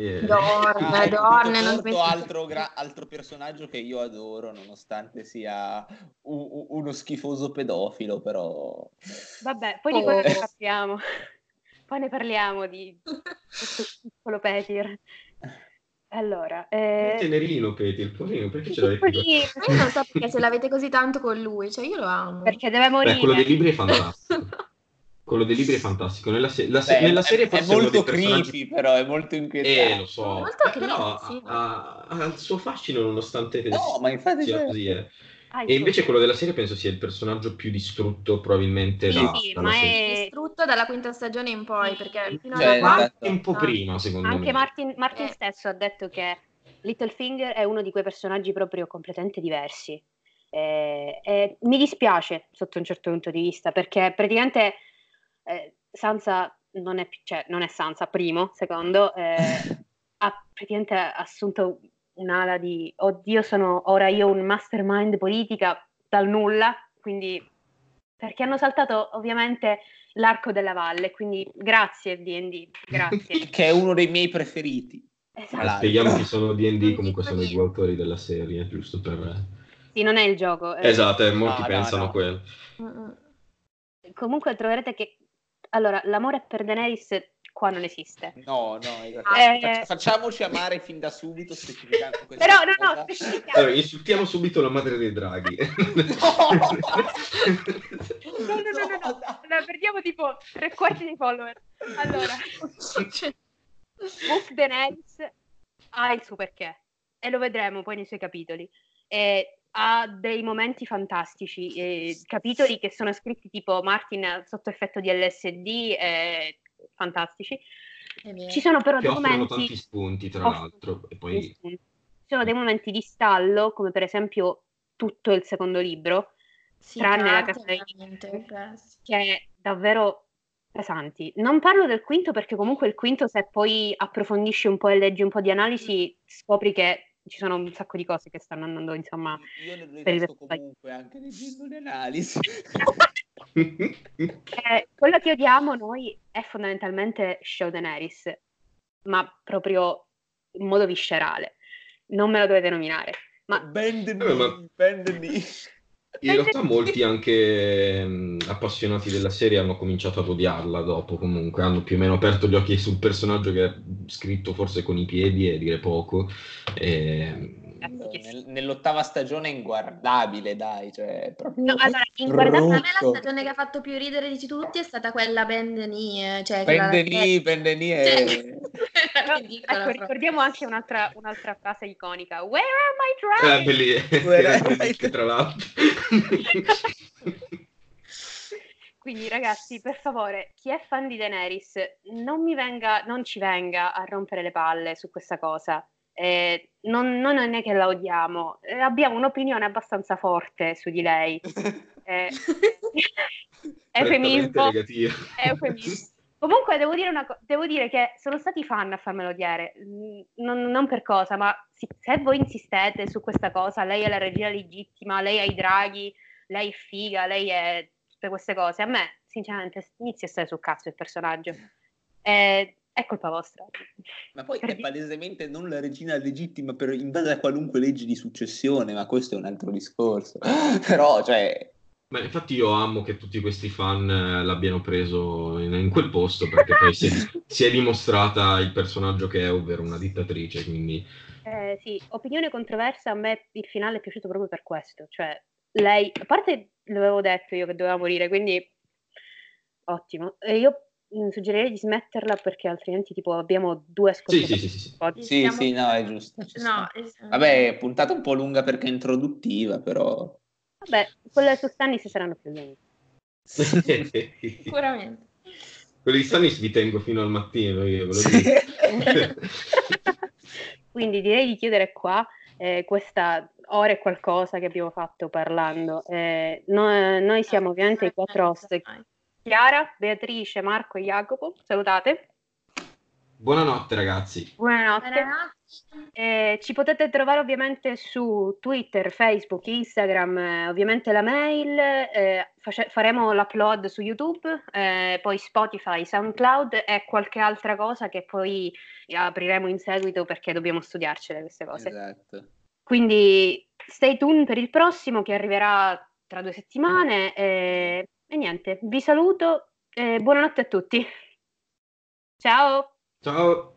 non penso... altro personaggio che io adoro, nonostante sia uno schifoso pedofilo, però... Vabbè, poi di quello ne parliamo. Poi ne parliamo di questo piccolo Petir. Allora, tenerino Petir, poverino, perché ce l'avete Io non so perché ce l'avete così tanto con lui, cioè io lo amo. Perché deve morire. Quello dei libri è fantastico. Quello dei libri è fantastico. Nella serie è molto creepy, però è molto inquietante. Lo so. Molto però creepy, sì. ha il suo fascino nonostante No, ma infatti sia così. E Ah, invece quello della serie penso sia il personaggio più distrutto probabilmente sì, dalla ma serie. è distrutto dalla 5ª stagione in poi, perché fino Cioè, alla Anche un po' prima, secondo anche me. Martin stesso ha detto che Littlefinger è uno di quei personaggi proprio completamente diversi. E mi dispiace sotto un certo punto di vista, perché praticamente Sansa non è Sansa, primo, secondo, ha praticamente assunto un'ala di oddio, sono ora io un mastermind politica dal nulla, quindi perché hanno saltato ovviamente l'arco della valle, quindi grazie D&D, grazie. Che è uno dei miei preferiti. Esatto. Spieghiamo chi sono D&D, comunque sono i 2 autori della serie, giusto per... Sì, non è il gioco. Esatto, molti pensano no. quello. Comunque troverete che allora l'amore per Daenerys qua non esiste. No, facciamoci amare fin da subito, specificando questa però cosa. Allora, insultiamo subito la madre dei draghi. No. Allora, perdiamo tipo 3/4 dei follower. Allora, Book Daenerys ha il suo perché e lo vedremo poi nei suoi capitoli. Ha dei momenti fantastici, capitoli che sono scritti tipo Martin sotto effetto di LSD, fantastici. Ci sono però che dei offrono momenti tanti spunti, tra l'altro, e poi ci sono dei momenti di stallo, come per esempio tutto il secondo libro, tranne la casa che è davvero pesanti. Non parlo del quinto perché comunque il quinto, se poi approfondisci un po' e leggi un po' di analisi, scopri che ci sono un sacco di cose che stanno andando, insomma, io ne detesto comunque anche leggendo le analisi. Quello che odiamo noi è fondamentalmente Shaw Daenerys, ma proprio in modo viscerale. Non me lo dovete nominare. Ma Bend me. In realtà molti anche appassionati della serie hanno cominciato ad odiarla dopo, comunque hanno più o meno aperto gli occhi sul personaggio che è scritto forse con i piedi e dire poco. Nell'8ª stagione è inguardabile, dai, cioè proprio no, allora, a me la stagione che ha fatto più ridere di tutti è stata quella Ben Denis, Ben Denis ecco, ricordiamo anche un'altra frase iconica: Where are my dragons? Bellissimo, tra l'altro. Quindi ragazzi, per favore, chi è fan di Daenerys non ci venga a rompere le palle su questa cosa. Non è che la odiamo, abbiamo un'opinione abbastanza forte su di lei. Prettamente Eufemismo. negativa. Eufemismo. Comunque devo dire che sono stati i fan a farmelo odiare, non per cosa, ma se voi insistete su questa cosa, lei è la regina legittima, lei ha i draghi, lei è figa, lei è tutte queste cose, a me sinceramente inizia a stare sul cazzo il personaggio. È colpa vostra. Ma poi è palesemente non la regina legittima in base a qualunque legge di successione, ma questo è un altro discorso. Però, cioè... Ma infatti io amo che tutti questi fan l'abbiano preso in quel posto, perché poi si è dimostrata il personaggio che è, ovvero una dittatrice, quindi... Sì, opinione controversa, a me il finale è piaciuto proprio per questo, cioè lei, a parte l'avevo detto io che doveva morire, quindi ottimo, e io suggerirei di smetterla perché altrimenti tipo abbiamo 2 ascoltatori. Sì, no, è giusto. Vabbè, puntata un po' lunga perché è introduttiva, però... Vabbè, quelle su Stannis saranno più lunghe. Sicuramente. Quelli di Stannis vi tengo fino al mattino, io ve lo dico. Quindi direi di chiudere qua questa ora e qualcosa che abbiamo fatto parlando. Noi siamo ovviamente i 4 host, Chiara, Beatrice, Marco e Jacopo. Salutate. Buonanotte ragazzi. Buonanotte. Ci potete trovare ovviamente su Twitter, Facebook, Instagram, ovviamente la mail, faremo l'upload su YouTube, poi Spotify, SoundCloud e qualche altra cosa che poi apriremo in seguito perché dobbiamo studiarcele queste cose. Esatto. Quindi stay tuned per il prossimo che arriverà tra 2 settimane e niente, vi saluto e buonanotte a tutti. Ciao! Ciao!